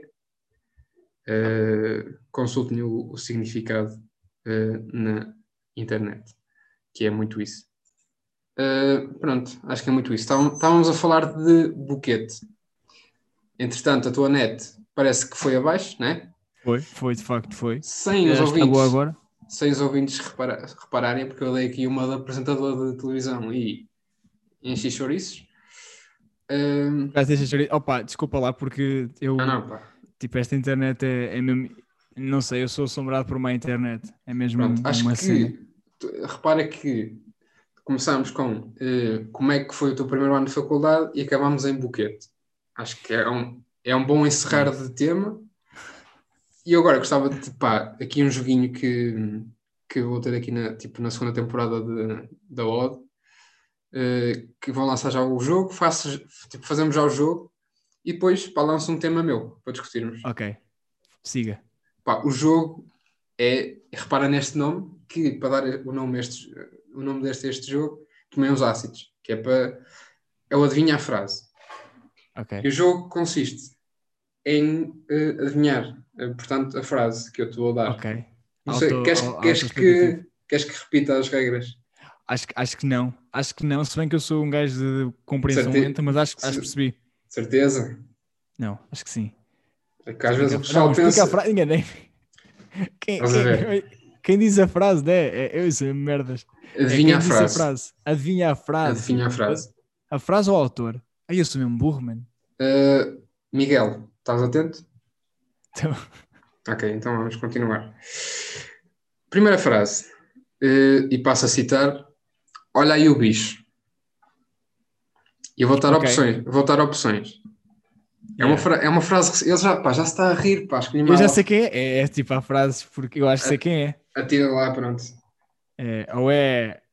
consultem o significado na internet, que é muito isso. Pronto, acho que é muito isso. Estávamos a falar de buquete. Entretanto, a tua net parece que foi abaixo, né? Foi, de facto foi. Sem os Está boa ouvintes, agora. sem os ouvintes repararem, porque eu dei aqui uma de apresentador de televisão e enchi chouriços. Por acaso Opa, desculpa lá, porque eu, Não, pá. tipo, esta internet é mesmo, não sei, eu sou assombrado por uma internet, é mesmo Pronto, acho uma cena. que repara que começámos com como é que foi o teu primeiro ano de faculdade e acabámos em buquete. Acho que é um bom encerrar Nice. de tema. E eu agora gostava de, pá, aqui um joguinho que eu vou ter aqui na segunda temporada da Odd, que vão lançar já o jogo, fazemos já o jogo e depois pá, lanço um tema meu para discutirmos. Ok, siga. Pá, o jogo repara neste nome, que para dar o nome deste jogo, tomei uns ácidos, que é o adivinha a frase. Ok. E o jogo consiste em adivinhar, portanto, a frase que eu te vou dar. Ok. Não sei, Auto-explicativo. queres que repita as regras? Acho que não. Acho que não, se bem que eu sou um gajo de compreensão Certe- lenta, mas acho que ce- percebi. certeza? Não, acho que sim. É que às vezes Explica o Não, pessoal explica a pensa. frase. Enganei. Quem, Estás a ver? quem diz a frase, né? Eu sei merdas. É Adivinha quem a disse a frase. frase. Adivinha a frase. Adivinha a frase. A frase ou o autor? Aí eu sou mesmo burro, mano. Miguel, estás atento? Então, Ok, então vamos continuar. Primeira frase. E passo a citar. Olha aí o bicho. E eu vou dar ok. opções. Vou dar opções. Yeah. É uma frase que ele já se está a rir, pá, escolhi Eu já mal. sei quem é. É tipo a frase, porque eu acho que sei quem é. Atira lá, pronto. Ou é.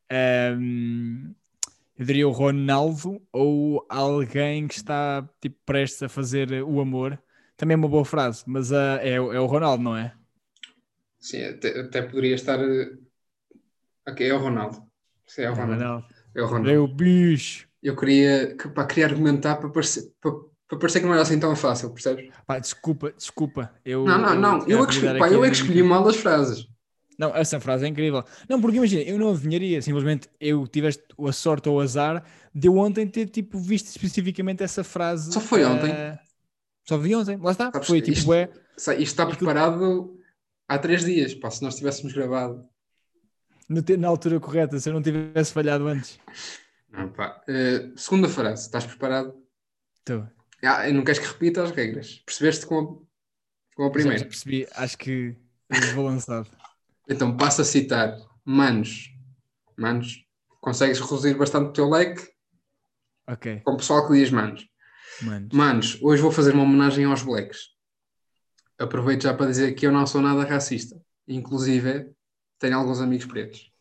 Eu diria o Ronaldo ou alguém que está tipo prestes a fazer o amor. Também é uma boa frase, mas é o Ronaldo, não é? Sim, até poderia estar. Ok, é o Ronaldo. Sim, é o É o Ronaldo. Ronaldo. É o É o Ronaldo. bicho. Eu queria argumentar para parecer que não era assim tão fácil, percebes? Pá, desculpa. Não, não, Eu não. se calhar podia dar aqui a Eu é que escolhi dinâmica. mal as frases. Não, essa frase é incrível. Não, porque imagina, eu não adivinharia, simplesmente eu tiveste a sorte ou o azar de eu ontem ter tipo visto especificamente essa Só frase. foi ontem. Só vi ontem, lá está. Sabes, Foi tipo, isto está aquilo, preparado há 3 dias. Pá, se nós tivéssemos gravado. na altura correta, se eu não tivesse falhado antes. Não, pá. Segunda frase. Estás preparado? Então, E não queres que repita as regras. Percebeste com a já primeira? percebi, acho que vou lançado. Então passo a citar. Manos. Manos. Consegues reduzir bastante o teu leque Ok, com o pessoal que diz manos. manos. Manos, hoje vou fazer uma homenagem aos blacks. Aproveito já para dizer que eu não sou nada racista. Inclusive, tenho alguns amigos pretos.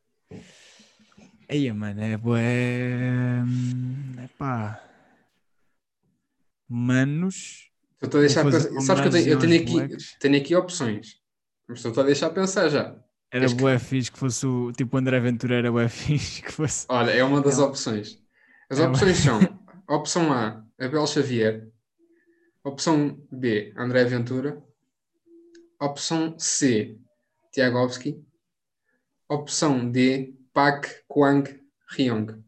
Aí, mano, é bué. Epá, manos, Eu estou a vou deixar fazer pensar. uma Sabes que homenagem eu aos blacks. tenho aqui opções. Mas estou a deixar pensar já. Era Queres que... bué fixe que fosse o tipo o André Ventura, era bué fixe que fosse. Olha, é uma das Não, opções. As era bué... opções são: opção A, Abel Xavier. Opção B, André Ventura. Opção C, Tiagovski. Opção D, Pak Kwang Ryong.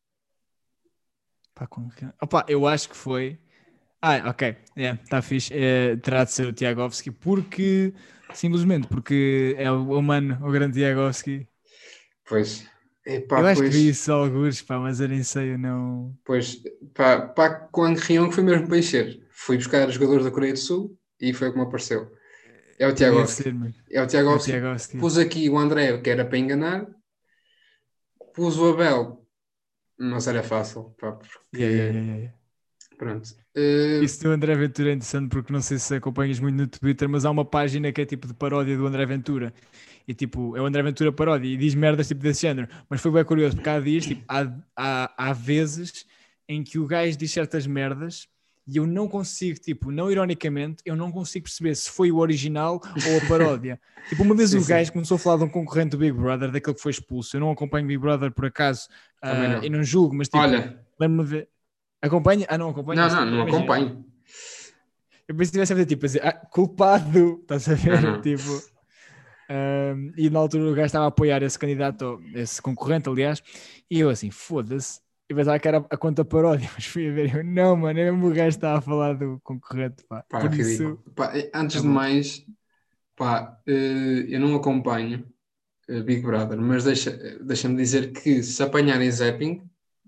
Pá, Opa, eu acho que foi. Ok, está fixe. Terá de ser o Tiagovski, porque simplesmente porque é o mano, o grande Tiagovski. Pois, Eu epá, acho que vi pois, isso alguns, pá, mas eu nem sei, eu não. pois, pá, Kwang Ryong foi mesmo para encher. Fui buscar jogadores da Coreia do Sul e foi como apareceu. É o Então deve Tiagovski. ser, mano. É o É o Tiagovski. Tiagovski. Pus aqui o André, que era para enganar. Pus o Abel, mas era fácil, pá, Yeah, yeah, porque, yeah, yeah. pronto. Isso do André Ventura é interessante porque não sei se acompanhas muito no Twitter, mas há uma página que é tipo de paródia do André Ventura. E tipo, é o André Ventura paródia e diz merdas tipo desse género. Mas foi bem curioso porque há dias, tipo, há vezes em que o gajo diz certas merdas e eu não consigo, tipo, não ironicamente, eu não consigo perceber se foi o original ou a paródia. Tipo, uma vez Sim, o sim, gajo começou a falar de um concorrente do Big Brother, daquele que foi expulso. Eu não acompanho Big Brother por acaso, também e não. não julgo, mas tipo, Olha, lembro-me de ver. Acompanha? Não não, acompanhas? não, Tipo, não imagina. acompanho. Eu pensei que tivesse a fazer tipo, a dizer, culpado, estás a Não, ver? não. Tipo, e na altura o gajo estava a apoiar esse candidato, esse concorrente, aliás, e eu assim, foda-se. Eu pensava que era a conta paródia, mas fui a ver, eu, não, mano, é mesmo o gajo que estava a falar do concorrente, pá. Pá, Por ridículo. isso, Pá, antes é de bom. mais, pá, eu não acompanho Big Brother, mas deixa-me dizer que se apanharem zapping,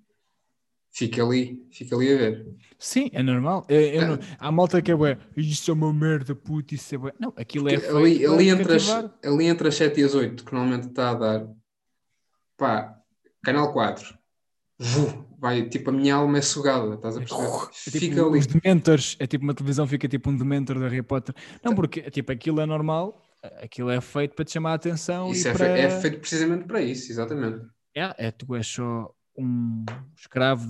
fica ali a ver. Sim, é normal. Há malta que é bué, isso é uma merda, puto, isso é bué. Não, aquilo Porque é feito para te cativar. ali entre as 7 e as 8 que normalmente está a dar, pá, Canal 4 vai, tipo, a minha alma é sugada, estás a perceber? É tipo Fica os ali. Dementors, é tipo uma televisão, fica tipo um Dementor do Harry Potter. Não, porque tipo, aquilo é normal, aquilo é feito para te chamar a atenção e Isso é para. feito precisamente para isso, exatamente. Tu és só um escravo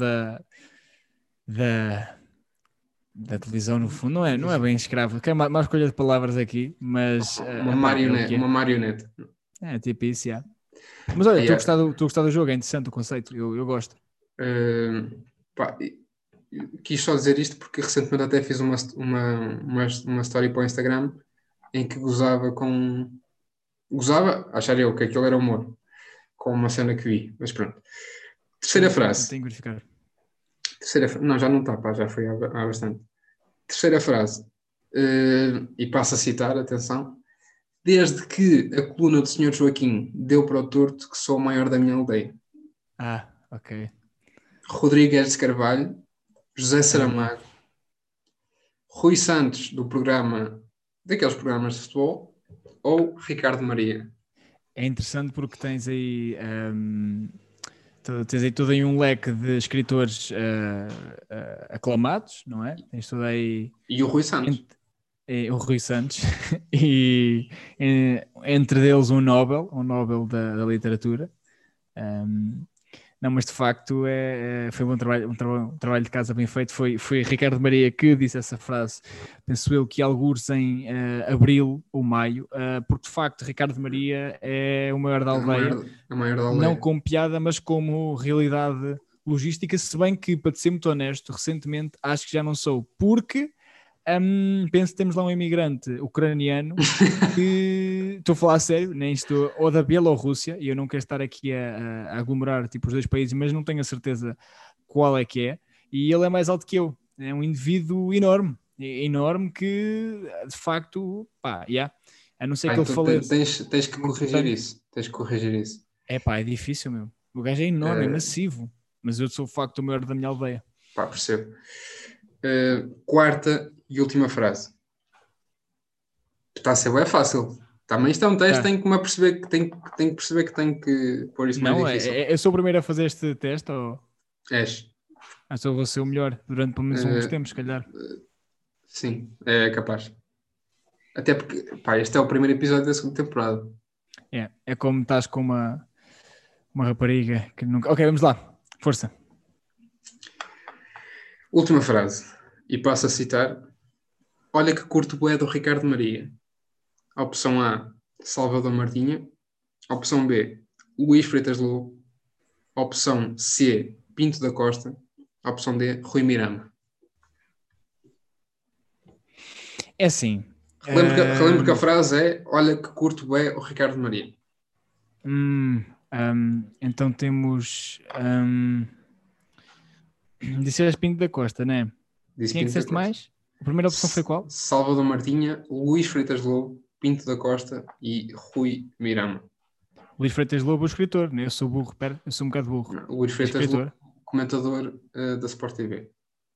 da, da televisão, no fundo. Não é bem escravo, que é uma escolha de palavras aqui, mas é o que Uma é. marionete. É tipo isso, yeah. Mas olha, Aí, estou a gostar do jogo, é interessante o conceito, eu gosto. eh, pá, quis só dizer isto porque recentemente até fiz uma story para o Instagram em que gozava com... Gozava, achar eu que aquilo era humor, com uma cena que vi, mas pronto. Terceira frase. Tenho que verificar. Não, já não está, pá, já foi há bastante. Terceira frase. E passo a citar, atenção. Desde que a coluna do Sr. Joaquim deu para o torto, que sou o maior da minha aldeia. Ok. Rodrigues de Carvalho, José Saramago, Rui Santos, daqueles programas de futebol, ou Ricardo Maria. É interessante porque tens aí todo aí um leque de escritores aclamados, não é? Tens todo aí... E o Rui Santos. O Rui Santos, e entre eles um Nobel da literatura. Não, mas de facto foi um trabalho de casa bem feito. Foi Ricardo Maria que disse essa frase, penso eu que algures em abril ou maio, porque de facto Ricardo Maria é o maior da aldeia, a maior da aldeia. Não como piada, mas como realidade logística, se bem que, para te ser muito honesto, recentemente acho que já não sou, porque penso que temos lá um imigrante ucraniano que, estou a falar a sério, nem estou, ou da Bielorrússia, e eu não quero estar aqui a aglomerar tipo, os dois países, mas não tenho a certeza qual é que é, e ele é mais alto que eu, é um indivíduo enorme que, de facto, pá, a não ser que ele faleça. Tens que corrigir isso. Tens que corrigir isso. É difícil, meu. O gajo é enorme, é massivo, mas eu sou de facto o maior da minha aldeia. Pá, percebo. Quarta e última frase. Está a ser bem fácil. Também isto é um teste, tenho que perceber que tenho que pôr isso mais difícil. Eu sou o primeiro a fazer este teste ou... És. Só vou ser o melhor durante pelo menos uns tempos, se calhar. Sim, é capaz. Até porque, pá, este é o primeiro episódio da segunda temporada. É como estás com uma rapariga que nunca... Ok, vamos lá. Força. Última frase. E passo a citar. Olha que curto bué do Ricardo Maria. Opção A, Salvador Martinha. Opção B, Luís Freitas Lobo. Opção C, Pinto da Costa. Opção D, Rui Mirama. É assim. Relembro que a frase é olha que curto bué o Ricardo Maria. Então temos... Disseste Pinto da Costa, não é? Quem é que disseste mais? A primeira opção foi qual? Salvador Martinha, Luís Freitas Lobo, Pinto da Costa e Rui Mirama. Luís Freitas Lobo, o escritor, né? Eu sou burro, eu sou um bocado burro. Não, Luís Freitas Lobo, comentador da Sport TV.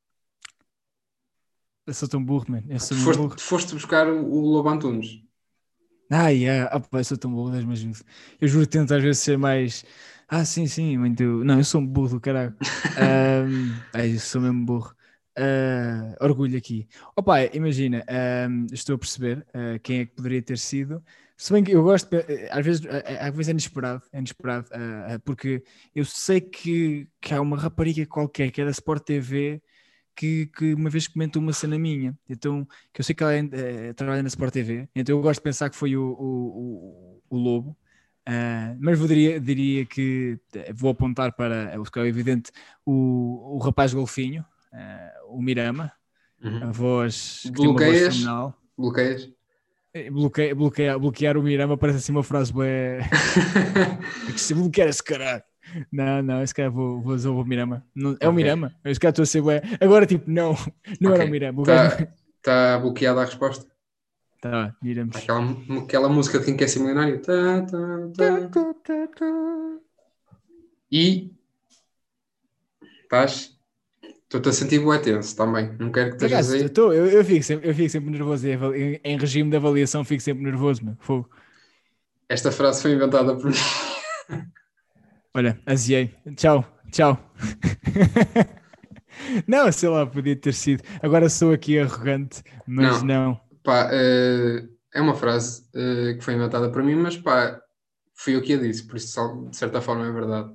Eu sou tão burro, mano. Foste buscar o Lobo Antunes. Eu sou tão burro, mas eu juro que tento às vezes ser mais... sim, muito... Não, eu sou um burro do caralho. Eu sou mesmo burro. Orgulho aqui. Opa, imagina, estou a perceber quem é que poderia ter sido. Se bem que eu gosto, às vezes é inesperado, porque eu sei que há uma rapariga qualquer que é da Sport TV que uma vez comentou uma cena minha, então, que eu sei que ela trabalha na Sport TV, então eu gosto de pensar que foi o Lobo, mas diria que vou apontar para, o que é evidente, o rapaz golfinho, o Mirama, a voz que tem uma voz fenomenal. Bloqueias? Bloquear o Mirama parece assim uma frase bué... que se bloquear esse caralho. Não, esse cara vou usar o Mirama. Não, é o Mirama. Esse cara estou a ser bué. Agora tipo, não era o Mirama. Está bloqueada a resposta? Tá, miramos. Aquela música de quem quer ser milionário. E estás... Estou-te a sentir bué tenso também. Não quero que estejas aí. Eu fico sempre nervoso. Em regime de avaliação fico sempre nervoso, meu. Fogo. Esta frase foi inventada por mim. Olha, aziei. Tchau. Não, sei lá, podia ter sido. Agora sou aqui arrogante, mas não. Pá, é uma frase que foi inventada por mim, mas pá, fui eu que a disse, por isso de certa forma é verdade.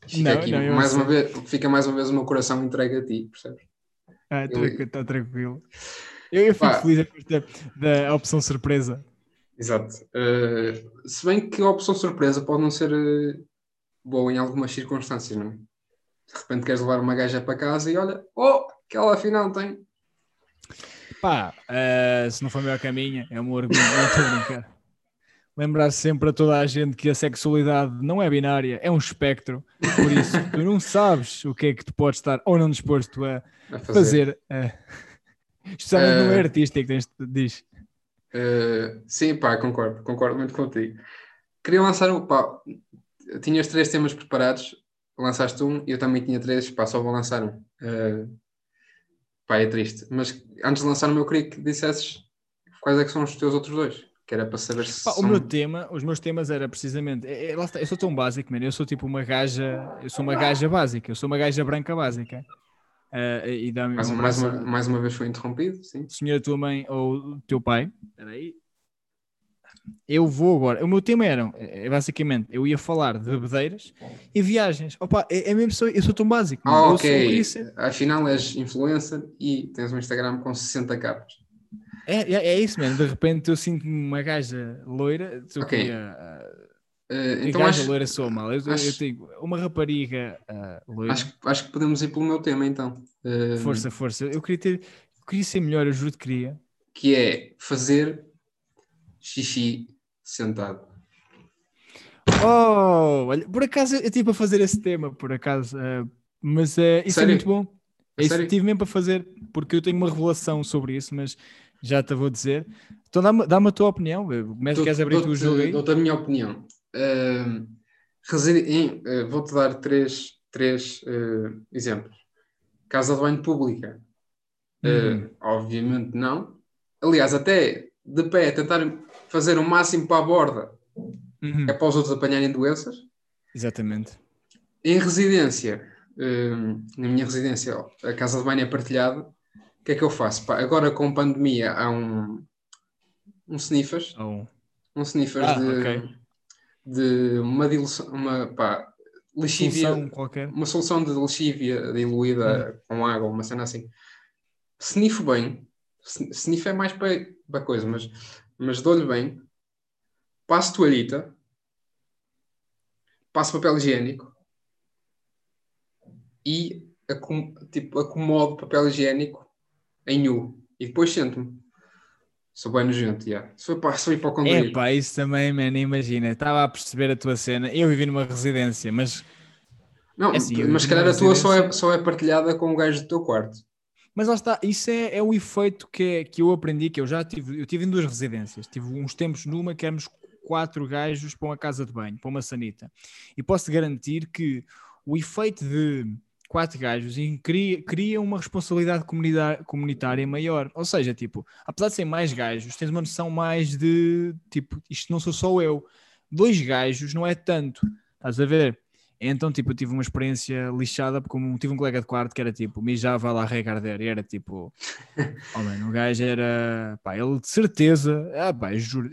Fica mais uma vez o meu coração entregue a ti, percebes? Está tranquilo. Eu fico feliz da opção surpresa. Exato. Se bem que a opção surpresa pode não ser boa em algumas circunstâncias, não é? De repente queres levar uma gaja para casa e olha, que ela afinal tem. Pá, se não for o melhor caminho, é um orgulho, não estou a brincar. Lembrar sempre a toda a gente que a sexualidade não é binária, é um espectro. Por isso, tu não sabes o que é que tu podes estar ou não disposto a A fazer. fazer. Especialmente no meio Uh, artístico, diz. sim, pá, concordo muito contigo. Queria lançar pá, tinhas 3 temas preparados, lançaste um e eu também tinha 3, pá, só vou lançar um. Pá, é triste. Mas antes de lançar o meu, queria que dissesses quais é que são os teus outros 2, que era para saber se Pá, são... os meus temas era precisamente, lá está, eu sou tão básico, mano, eu sou tipo uma gaja, eu sou uma gaja básica, eu sou uma gaja branca básica. E dá-me um abraço à Mais uma vez foi interrompido, sim. senhora tua mãe ou o teu pai. Espera aí. Eu vou agora. O meu tema era, basicamente, eu ia falar de bebedeiras e viagens. Opa, é mesmo, eu sou tão básico, mano. Eu queria Ok. ser. Afinal és influencer e tens um Instagram com 60 capas. É isso, mano. De repente eu sinto-me uma gaja loira. Eu Ok. queria. Então Gaja loira sou mal. Eu acho, digo, uma rapariga loira. acho que podemos ir pelo meu tema então. Força, força. Eu queria ser melhor, eu juro que queria. Que é fazer xixi sentado. Oh, olha, por acaso eu tive a fazer esse tema, por acaso. Mas isso é muito Sério? bom. A É isso, sério? tive mesmo para fazer, porque eu tenho uma revelação sobre isso, mas já te vou dizer. Então dá-me a tua opinião. Queres abrir tu o jogo aí? Dou-te a minha opinião. Vou-te dar três exemplos. Casa de banho pública. Uhum, Obviamente não. Aliás, até de pé, tentar fazer o máximo para a borda é uhum. para os outros apanharem doenças. Exatamente. Em residência, na minha residência, a casa de banho é partilhada. O que é que eu faço? Pá, agora com pandemia há um sniffers, Oh. um sniffers Ok. de uma diluição, lexívia, Solução qualquer. uma solução de lexívia Uhum. diluída com água, uma cena assim. Sniffo bem, sniff é mais para coisa, mas dou-lhe bem, passo toalhita, passo papel higiênico e acomodo papel higiênico em U e depois sento-me. Sou bem nojento, yeah. Sou hipocondríaco. Epá, isso também, mano, imagina. Estava a perceber a tua cena. Eu vivi numa residência, mas é Não, assim, eu mas vivi se numa calhar a tua residência. só é partilhada com o gajo do teu quarto. Mas lá está, isso é o efeito que eu aprendi, que eu tive em 2 residências, tive uns tempos numa que éramos 4 gajos para uma casa de banho, para uma sanita, e posso-te garantir que o efeito de 4 gajos cria uma responsabilidade comunitária maior, ou seja, tipo, apesar de ser mais gajos, tens uma noção mais de, tipo, isto não sou só eu, 2 gajos não é tanto, estás a ver? Então, tipo, eu tive uma experiência lixada, porque tive um colega de quarto que era tipo, mijava lá a regarder, e era tipo, oh mano, o gajo era, pá, ele de certeza, pá, juro,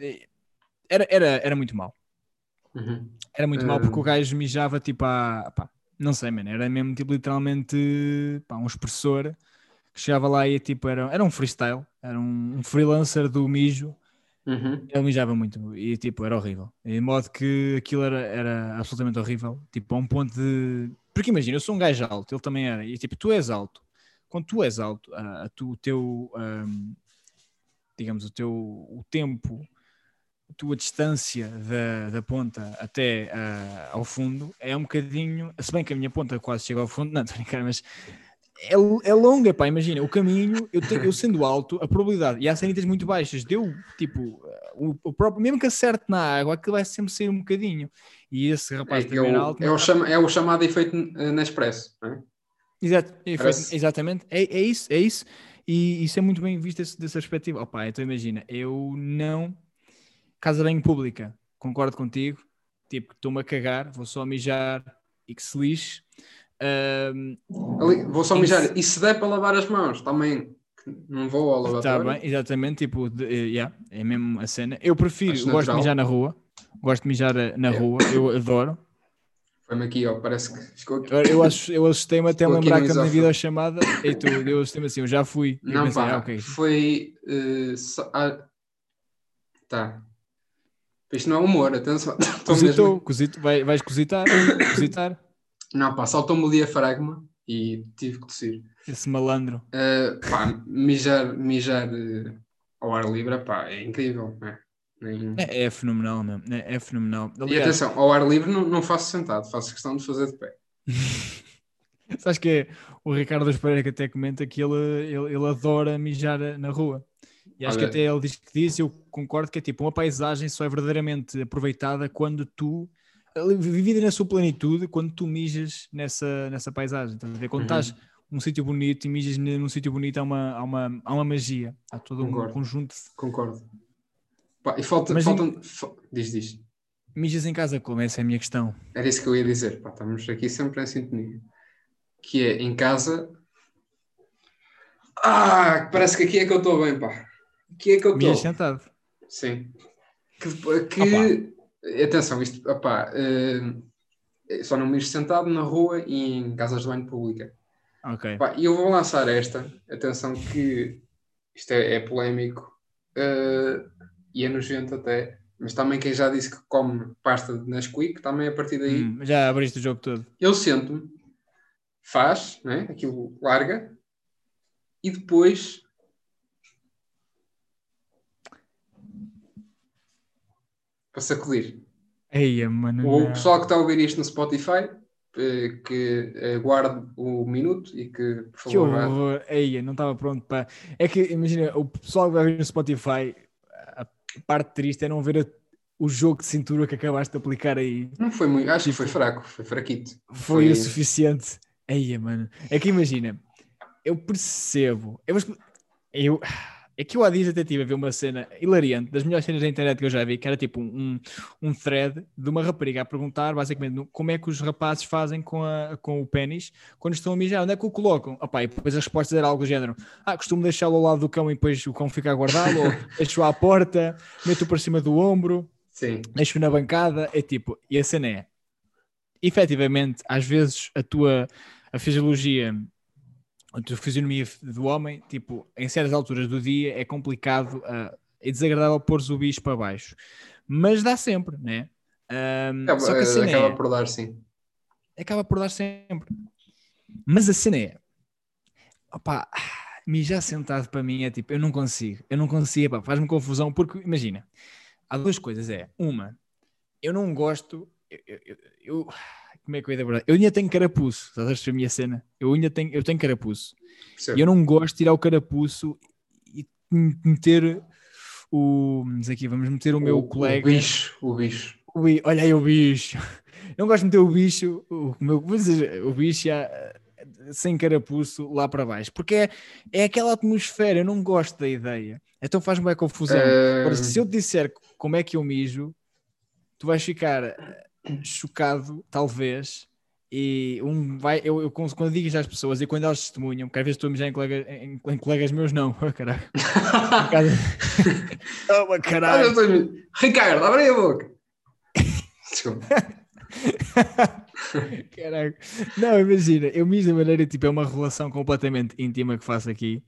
era muito mau. Uhum. Era muito mau porque o Uh, gajo mijava tipo pá, não sei, mano, era mesmo tipo literalmente, pá, um expressor que chegava lá e tipo, era um freestyle, era um freelancer do mijo. uhum. Ele mijava muito e tipo, era horrível. De modo que aquilo era absolutamente horrível. Tipo, a um ponto de. Porque imagina, eu sou um gajo alto, ele também era. E tipo, tu és alto. Quando tu és alto, o teu, digamos, o tempo, a tua distância da ponta até ao fundo é um bocadinho. Se bem que a minha ponta quase chega ao fundo, não, estou a brincar, mas é longa, pá, imagina, o caminho, eu sendo alto, a probabilidade, e há sanitas muito baixas, deu, tipo, o próprio, mesmo que acerte na água, aquilo vai sempre sair um bocadinho, e esse rapaz Que é também era alto, mas é o chamado efeito Nespresso, não é? Parece. exatamente, é isso, e isso é muito bem visto dessa perspectiva, opá, então imagina, eu não, casa bem pública, concordo contigo, tipo, estou-me a cagar, vou só mijar e que se lixe. Um, Vou só em, mijar. E se der para lavar as mãos, também não vou ao Está bem, lavatório. exatamente, tipo, yeah, é mesmo a cena. Eu Acho gosto de mijar natural. na rua, gosto de mijar na É, rua, eu adoro. foi-me aqui, ó. Parece que Eu assustei-me até me ficou aqui lembrar no que na esófago. videochamada, e tu, eu assustei-me assim, eu já fui, e eu Não, pensei, pá, ok, foi. Tá. Isto não é humor, atenção. Estou mesmo. vais cositar, cositar. Não, pá, saltou-me o diafragma e tive que tossir. Esse malandro. Pá, mijar ao ar livre, pá, é incrível, não é? É fenomenal mesmo. É fenomenal. E Aliás, atenção, ao ar livre não faço sentado, faço questão de fazer de pé. sabes que é o Ricardo Pereira que até comenta que ele adora mijar na rua. E acho que Olha, até ele diz que diz, eu concordo que é tipo, uma paisagem só é verdadeiramente aproveitada quando tu, vivida na sua plenitude, quando tu mijas nessa paisagem. Estás a ver? Quando estás num sítio bonito e mijas num sítio bonito, há uma magia. Há todo um concordo, conjunto. concordo. Pá, e Mas diz. mijas em casa como? Essa é a minha questão. Era isso que eu ia dizer, pá, estamos aqui sempre em sintonia. Que é, em casa... parece que aqui é que eu estou bem, pá. Aqui é que eu Mijas estou. sentado. Sim. Opa, Atenção, isto, só não mijo sentado na rua e em casas de banho pública. ok. Pá, e eu vou lançar esta, atenção que isto é polémico e é nojento até, mas também quem já disse que come pasta de Nesquik, também a partir daí, Já abriste o jogo todo. eu sento-me, faz, né? Aquilo larga, e depois para sacudir. Eia, mano, O não. pessoal que está a ouvir isto no Spotify, que guarde o minuto e que, por Que favor, vá. horror. Eia, não estava pronto para. É que, imagina, o pessoal que vai ver no Spotify, a parte triste é não ver o jogo de cintura que acabaste de aplicar aí. Não foi muito, acho que foi Tipo, fraco, foi fraquito. foi o suficiente. Eia, mano. É que imagina, eu percebo. Eu, é que eu há dias até estive a ver uma cena hilariante, das melhores cenas da internet que eu já vi, que era tipo um thread de uma rapariga a perguntar basicamente como é que os rapazes fazem com o pênis quando estão a mijar, onde é que o colocam? Opa, e depois a resposta era algo do género: costumo deixá-lo ao lado do cão e depois o cão fica a guardá-lo, ou deixo-o à porta, meto-o para cima do ombro, Sim. deixo-o na bancada. É tipo, e a cena é, efetivamente, às vezes a fisiologia, a fisionomia do homem, tipo, em certas alturas do dia é complicado, é desagradável pôr o bicho para baixo, mas dá sempre, né? Só que a cena Acaba é, por dar, sim. acaba por dar sempre, mas a cena é, opá, mijar sentado para mim é tipo, eu não consigo, pá, faz-me confusão, porque imagina, há duas coisas, uma, eu não gosto, como é que eu ia dar verdade? Eu ainda tenho carapuço, estás a ver a minha cena? Eu tenho carapuço. E eu Percebo. não gosto de tirar o carapuço e meter vamos meter o meu O colega. bicho, o bicho. Olha aí o bicho. Não gosto de meter o bicho, o bicho sem carapuço lá para baixo, porque é aquela atmosfera, eu não gosto da ideia. Então faz-me bem confusão. Agora, se eu te disser como é que eu mijo, tu vais ficar chocado, talvez. E quando eu digo às pessoas e quando elas testemunham, porque às vezes estou a mijar em colegas meus, não, caralho. Em casa. Toma, caralho. Ricardo, abre aí a boca. Desculpa. Caralho. Não, imagina, eu mijo da maneira, tipo, é uma relação completamente íntima que faço aqui.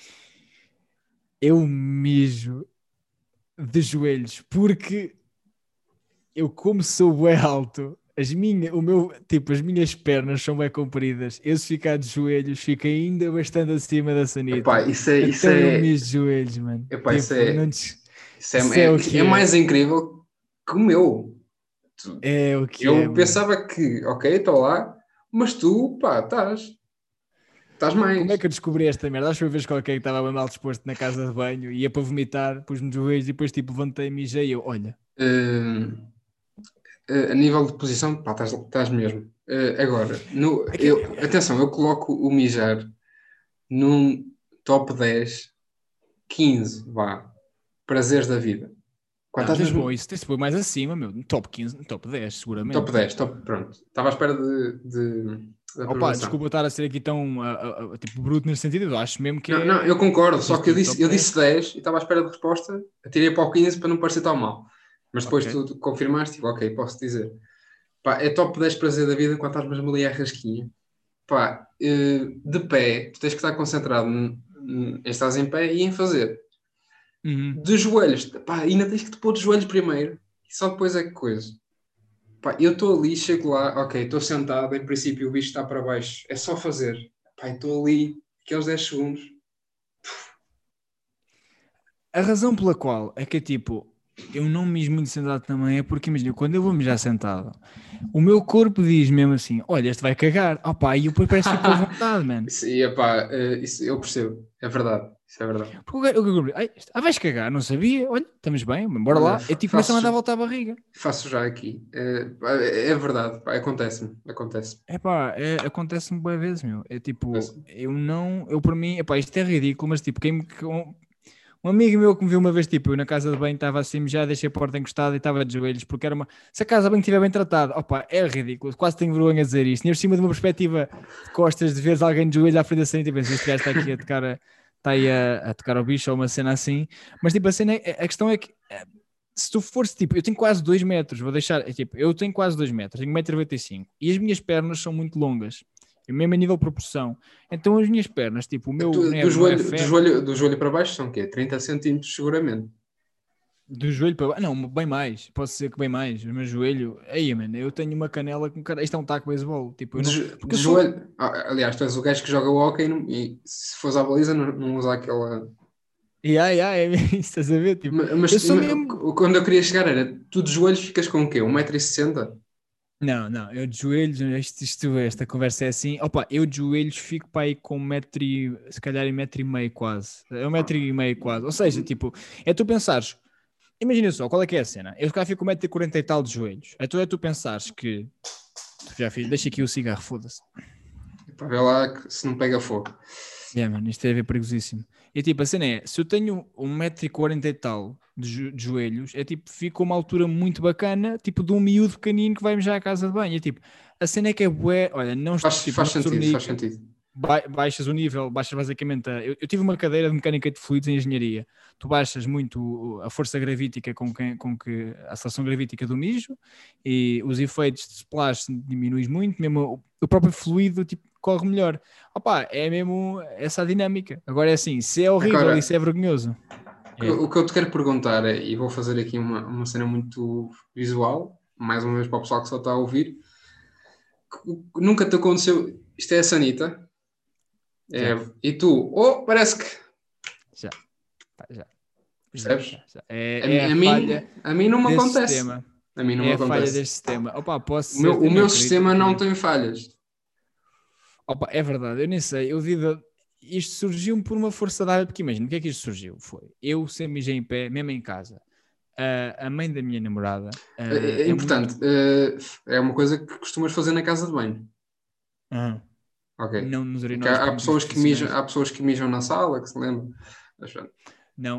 Eu mijo de joelhos, porque eu, como sou bem alto, as minhas pernas são bem compridas. Eu, se ficar de joelhos, fico ainda bastante acima da Epá, sanita. isso Então eu é, mijo de joelhos, mano. epá, Tipo, não isso isso é o que é é. mais incrível que o meu. É o que é, Eu mano. pensava que, ok, estou lá, mas tu, pá, estás Como é mais. que eu descobri esta merda? Acho que foi uma vez qualquer que estava bem mal disposto na casa de banho, ia para vomitar, pus-me de joelhos e depois tipo levantei, mijei e eu, olha. Uh, a nível de posição, pá, estás mesmo. Agora, É que, atenção, eu coloco o mijar num top 10, 15, vá, prazeres da vida. Quando não, estás tens de pôr mesmo isso, tens de pôr mais acima, meu. No top 15, no top 10, top seguramente. 10, pronto. Estava à espera da Opa, aprovação. desculpa estar a ser aqui tão tipo bruto nesse sentido, eu acho mesmo que Não, eu concordo, tens só de que ir top eu 10. disse 10 e estava à espera de resposta, atirei para o 15 para não parecer tão mal. Mas depois Ok. tu confirmaste, tipo, ok, posso dizer. Pá, é top 10 prazer da vida quando estás mesmo ali à rasquinha. Pá, de pé, tu tens que estar concentrado em estás em pé e em fazer. Uhum. De joelhos, pá, ainda tens que te pôr de joelhos primeiro e só depois é que coisa. Pá, eu estou ali, chego lá, ok, estou sentado, em princípio o bicho está para baixo, é só fazer. Pá, estou ali, aqueles 10 segundos. A razão pela qual é que é tipo, eu não mijo muito sentado também é porque, imagina, quando eu vou mijar sentado, o meu corpo diz mesmo assim: olha, este vai cagar. Opá, e eu depois parece que fico com vontade, mano. Isso, e, epá, isso eu percebo, é verdade, isso é verdade. Porque vais cagar, não sabia. Olha, estamos bem, bora Olha, lá. Eu tipo, começo a mandar voltar a barriga. faço já aqui. Pá, é verdade, pá, acontece-me, acontece. É pá, acontece-me boas vezes, meu. É tipo, Acontece-me. eu não, eu para mim, epá, isto é ridículo, mas tipo, um amigo meu que me viu uma vez, tipo, eu na casa de banho estava assim, já deixei a porta encostada e estava de joelhos, porque era uma. Se a casa de banho estiver bem tratada, opá, é ridículo, quase tenho vergonha de dizer isto. Nem por cima de uma perspectiva de costas, de veres alguém de joelhos à frente da cena, tipo, este gajo está aqui a tocar, está aí a tocar ao bicho ou uma cena assim, mas tipo, a cena, a questão é que se tu fores, tipo, eu tenho quase 2 metros, vou deixar, tipo, eu tenho quase 2 metros, tenho 1,95 m e as minhas pernas são muito longas, mesmo a nível de proporção. Então as minhas pernas, tipo, o meu Do não é joelho, ferro. do joelho para baixo são o quê? 30 centímetros seguramente. Do joelho para baixo, não, bem mais, posso dizer que bem mais. O meu joelho, aí, mano, eu tenho uma canela com cara. Isto é um taco de beisebol, tipo, eu não, porque De eu sou, joelho. Aliás, tu és o gajo que joga o hóquei e se fores à baliza não usa aquela. é isso, estás a ver? Tipo, eu Mas, sou mesmo, quando eu queria chegar era tu de joelhos ficas com o quê? 1,60 m? não, eu de joelhos, esta conversa é assim, opa, eu de joelhos fico para aí com 1 metro se calhar em 1,5 m quase, é 1,5 m quase, ou seja, tipo, é tu pensares, imagina só, qual é que é a cena? Eu cá fico com 1,40 m e tal de joelhos, então é tu pensares que, já fiz, deixa aqui o cigarro, foda-se. Para ver lá que se não pega fogo. Yeah, mano, isto é ver perigosíssimo. E tipo, a cena é, se eu tenho 1,40 m e tal de joelhos, é tipo, fica uma altura muito bacana, tipo de um miúdo pequenino que vai já à casa de banho. É tipo, a cena é que é bué, olha, não, tipo, Faz não sentido, faz desornica, sentido. baixas o nível, baixas basicamente. Eu tive uma cadeira de mecânica de fluidos em engenharia. Tu baixas muito a força gravítica com que a aceleração gravítica do mijo e os efeitos de splash diminuis muito, mesmo o próprio fluido tipo, corre melhor. Opa, é mesmo essa a dinâmica. Agora é assim, se é horrível e se Agora, é vergonhoso. É. o que eu te quero perguntar é, e vou fazer aqui uma cena muito visual, mais uma vez para o pessoal que só está a ouvir, nunca te aconteceu, isto é a Sanita, Já, e tu, parece que, já, pá, já, já, percebes? já, já. É a falha A mim não me deste acontece. sistema. A mim não me É a falha acontece. deste sistema. Opa, posso ser, O eu nem meu acredito, eu sistema não acredito. tem falhas. Opa, é verdade, eu nem sei. Isto surgiu por uma força dada, porque imagina, o que é que isto surgiu? Foi eu sempre mijei em pé, mesmo em casa. A mãe da minha namorada É é muito. importante, é uma coisa que costumas fazer na casa de banho. Aham. Ok. Não nos Porque urinóis por motivos profissionais. há pessoas que mijam na sala, que se lembram. Mas, pronto, Não,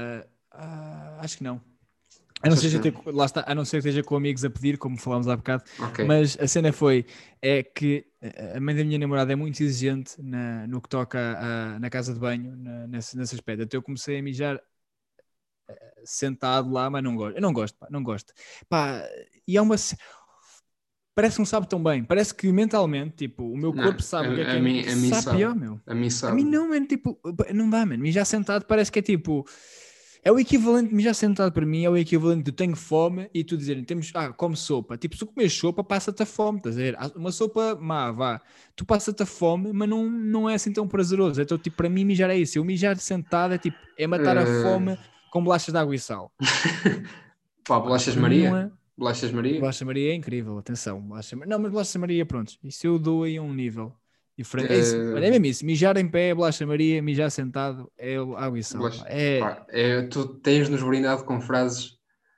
acho que não. A não achas ser que que não? lá está, a não ser que esteja com amigos a pedir, como falámos há bocado, Ok. mas a cena foi, é que a mãe da minha namorada é muito exigente no que toca na casa de banho, nesse aspecto. Até eu comecei a mijar sentado lá, mas não gosto. Eu não gosto, pá, não gosto. Pá, e é uma. Parece que não sabe tão bem. Parece que mentalmente, tipo, o meu corpo Não, sabe o que é que é. a mim Sabe sabe. pior, meu. A mim A mim sabe. não, mano. Tipo, não dá, mano. Mijar sentado parece que é tipo. É o equivalente, mijar sentado para mim é o equivalente de tenho fome e tu dizerem, come sopa. Tipo, se tu comes sopa, passa-te a fome, estás a ver? Uma sopa má, vá. Tu passa-te a fome, mas não é assim tão prazeroso. Então, tipo, para mim mijar é isso. Eu mijar sentado é tipo, é matar a Eh, fome com bolachas de água e sal. Pá, Pá, bolachas para mim não Maria? é. Bolachas Maria? Bolacha Maria é incrível, atenção. Não, mas Bolacha Maria, pronto. Isso eu dou aí a um nível diferente. É isso, olha, é Eh, mesmo isso. Mijar em pé, Bolacha Maria, mijar sentado, é água e sal. Pá. Pá, tu tens-nos brindado com frases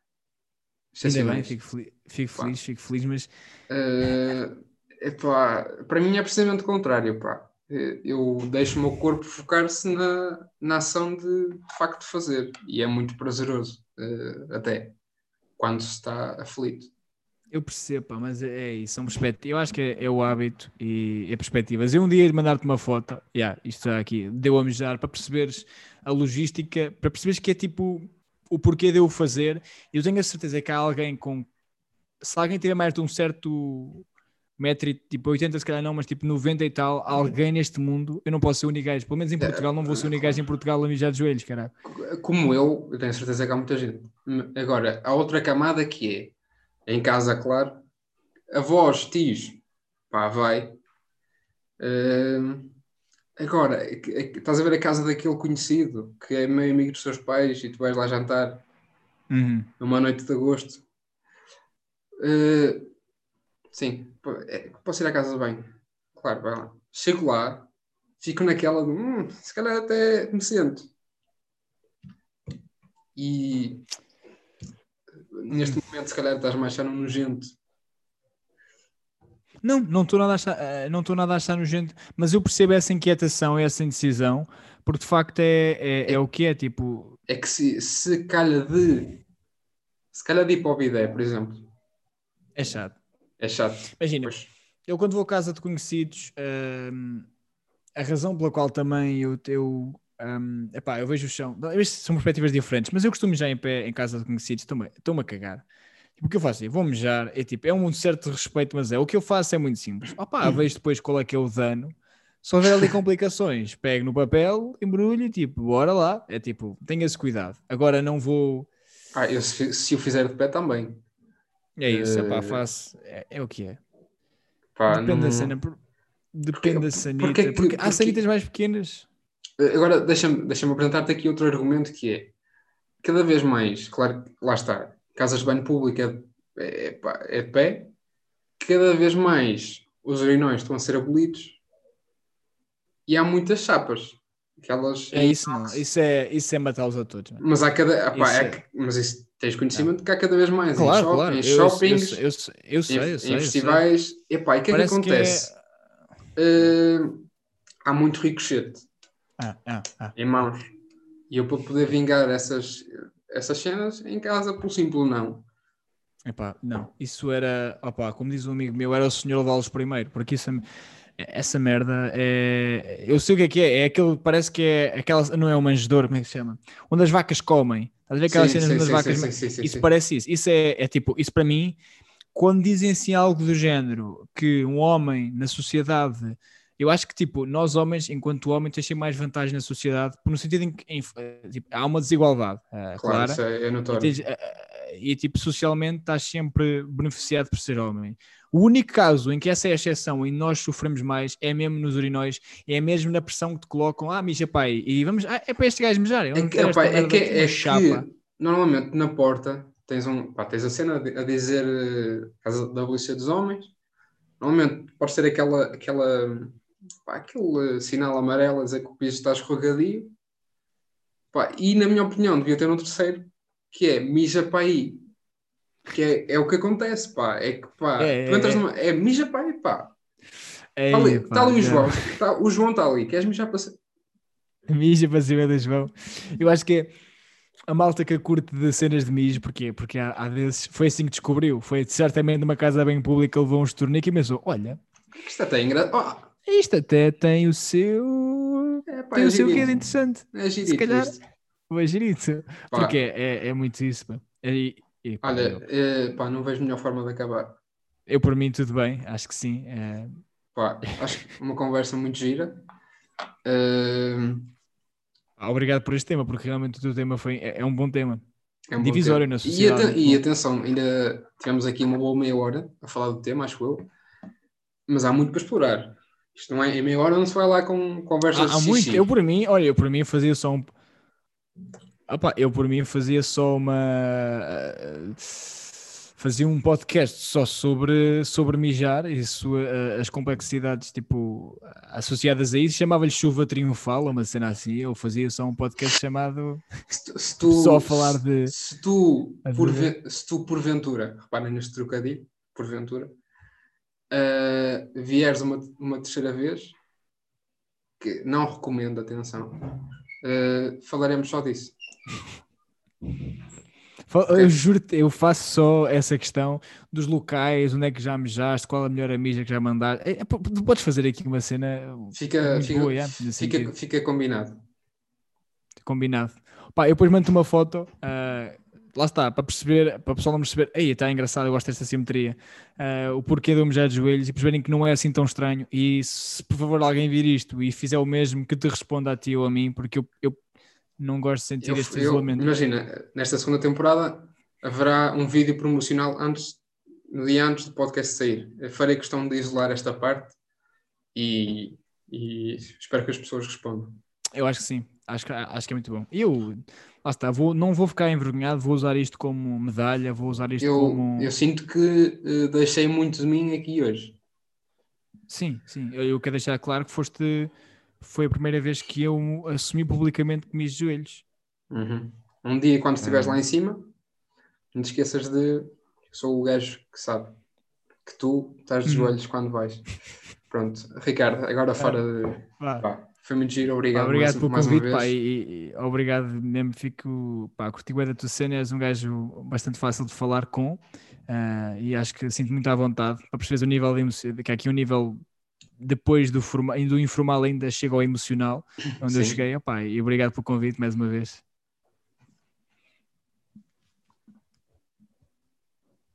Ainda bem, excepcionais. Pá. fico feliz, mas Epá, para mim é precisamente o contrário, pá. Eu deixo o meu corpo focar-se na ação de facto fazer e é muito prazeroso, até quando se está aflito. eu percebo, pá, mas é isso, são perspectivas. Eu acho que é o hábito e é perspectivas. Eu um dia ia mandar-te uma foto, isto já aqui, deu a mejar para perceberes a logística, para perceberes que é tipo o porquê de eu fazer. Eu tenho a certeza que há alguém com. Se alguém tiver mais de um certo metro, tipo 80 se calhar não, mas tipo 90 e tal, alguém neste mundo, eu não posso ser o único gajo, pelo menos em Portugal, não vou ser o único gajo em Portugal a mijar de joelhos, caralho. Como eu tenho certeza que há muita gente. Agora, há outra camada que é, em casa, claro, avós, tios, pá, vai. Agora, estás a ver a casa daquele conhecido que é meio amigo dos seus pais e tu vais lá jantar numa noite de agosto. Sim, posso ir à casa de banho. Claro, vai lá. Chego lá, fico naquela de se calhar até me sento. E neste momento, se calhar, estás mais achando nojento. Não estou nada a achar nojento, mas eu percebo essa inquietação, essa indecisão, porque de facto é o que é, tipo... É que se calhar de ir para o bidé, por exemplo, É chato. é chato. Imagina, Pois. eu quando vou à casa de conhecidos, a razão pela qual também eu vejo o chão, são perspectivas diferentes, mas eu costumo já em pé em casa de conhecidos, estou-me a cagar. Tipo, o que eu faço? Vou mejar, é um certo respeito, mas o que eu faço é muito simples. Vejo depois qual é que é o dano. Se houver ali complicações, pego no papel, embrulho e tipo, bora lá. É tipo, tenha esse cuidado. Agora não vou... Eu, se o fizer de pé também. É isso, faço. É o que é. Pá, Depende da não... cena. Depende da sanita. Porque Há sanitas mais pequenas. Agora, deixa-me apresentar-te aqui outro argumento que é, cada vez mais, claro, que lá está, casas de banho pública é de pé, cada vez mais os urinóis estão a ser abolidos e há muitas chapas. Aquelas É isso, não. Isso é matá-los a todos. Não? Mas há cada. Isso é... Mas isso, tens conhecimento que há cada vez mais Claro. em shoppings, Eu sei. em festivais. Epá, e o que é que Parece que acontece? Há muito ricochete em mãos. E eu, para poder vingar essas cenas, em casa, por simples não. Epá, não, isso era, como diz um amigo meu, era o senhor levá-los primeiro, porque essa merda eu sei o que é aquele, parece que é aquela, não é o manjedouro, como é que se chama? Onde as vacas comem, estás a ver aquelas cenas onde as vacas isso parece isso tipo, isso para mim, quando dizem assim algo do género, que um homem na sociedade, eu acho que tipo, nós homens, enquanto homens, temos mais vantagem na sociedade, no sentido em que tipo, há uma desigualdade Claro, clara, isso é e, notório. tipo, socialmente estás sempre beneficiado por ser homem. O único caso em que essa é a exceção e nós sofremos mais é mesmo nos urinóis, é mesmo na pressão que te colocam, mija pai, e vamos, é para este gajo mejar, chapa. Que normalmente na porta tens a cena a dizer Casa da Polícia dos Homens. Normalmente pode ser aquele sinal amarelo a dizer que o piso está escorregadio. E na minha opinião devia ter um terceiro, que é mija para aí. Que é o que acontece, pá. É que, tu entras numa... É mija para aí, pá. Está ali o João. O João está ali. Queres mijar para... Mija para cima do João. Eu acho que a malta que curte de cenas de mijo, porquê? Porque há vezes, foi assim que descobriu. Foi certamente numa casa bem pública, levou uns tornicos e pensou, olha... Isto até é engraçado. Isto até tem o seu... tem o seu quê de interessante. É girito, se calhar... isto. Vai girito. Porque é muito isso, pá. Olha, não vejo melhor forma de acabar. Eu, por mim, tudo bem. Acho que sim. Acho que uma conversa muito gira. Obrigado por este tema, porque realmente o teu tema é um bom tema. É um divisório na sociedade. E atenção, ainda tivemos aqui uma boa meia hora a falar do tema, acho eu. Mas há muito para explorar. Isto não é em meia hora, não se vai lá com conversas há muito. Eu por mim fazia só um... eu por mim fazia só fazia um podcast só sobre mijar e as complexidades tipo associadas a isso, chamava-lhe chuva triunfal, uma cena assim. Eu fazia só um podcast chamado só a falar de... Se tu porventura, reparem neste trocadilho, porventura, vieres uma terceira vez, que não recomendo, atenção, falaremos só disso. Eu juro-te, eu faço só essa questão dos locais, onde é que já mejaste, qual a melhor mija que já mandaste. Tu podes fazer aqui uma cena fica combinado. Combinado. Eu depois mando-te uma foto, lá está, para o pessoal não perceber, está engraçado, eu gosto desta simetria, o porquê de eu mejar de joelhos e perceberem que não é assim tão estranho. E se por favor alguém vir isto e fizer o mesmo, que te responda a ti ou a mim, porque eu não gosto de sentir este isolamento. Imagina, nesta segunda temporada haverá um vídeo promocional antes no dia antes do podcast sair. Eu farei questão de isolar esta parte e espero que as pessoas respondam. Eu acho que sim, acho que é muito bom. E eu, lá está, não vou ficar envergonhado, vou usar isto como medalha, vou usar isto como... Eu sinto que deixei muito de mim aqui hoje. Sim, eu quero deixar claro que foi a primeira vez que eu assumi publicamente que me de joelhos. Uhum. Um dia, quando estiveres lá em cima, não te esqueças de... Eu sou o gajo que sabe que tu estás de joelhos quando vais. Pronto, Ricardo, agora fora de... Pá, foi muito giro, Pá, obrigado obrigado pelo mais uma convite, pá, vez. e obrigado mesmo, curti bué da tua cena, és um gajo bastante fácil de falar com, e acho que sinto muito à vontade, para perceberes o nível de emoção, que aqui um nível depois do informal ainda chega ao emocional, onde eu Sim. cheguei, opá, e obrigado pelo convite mais uma vez.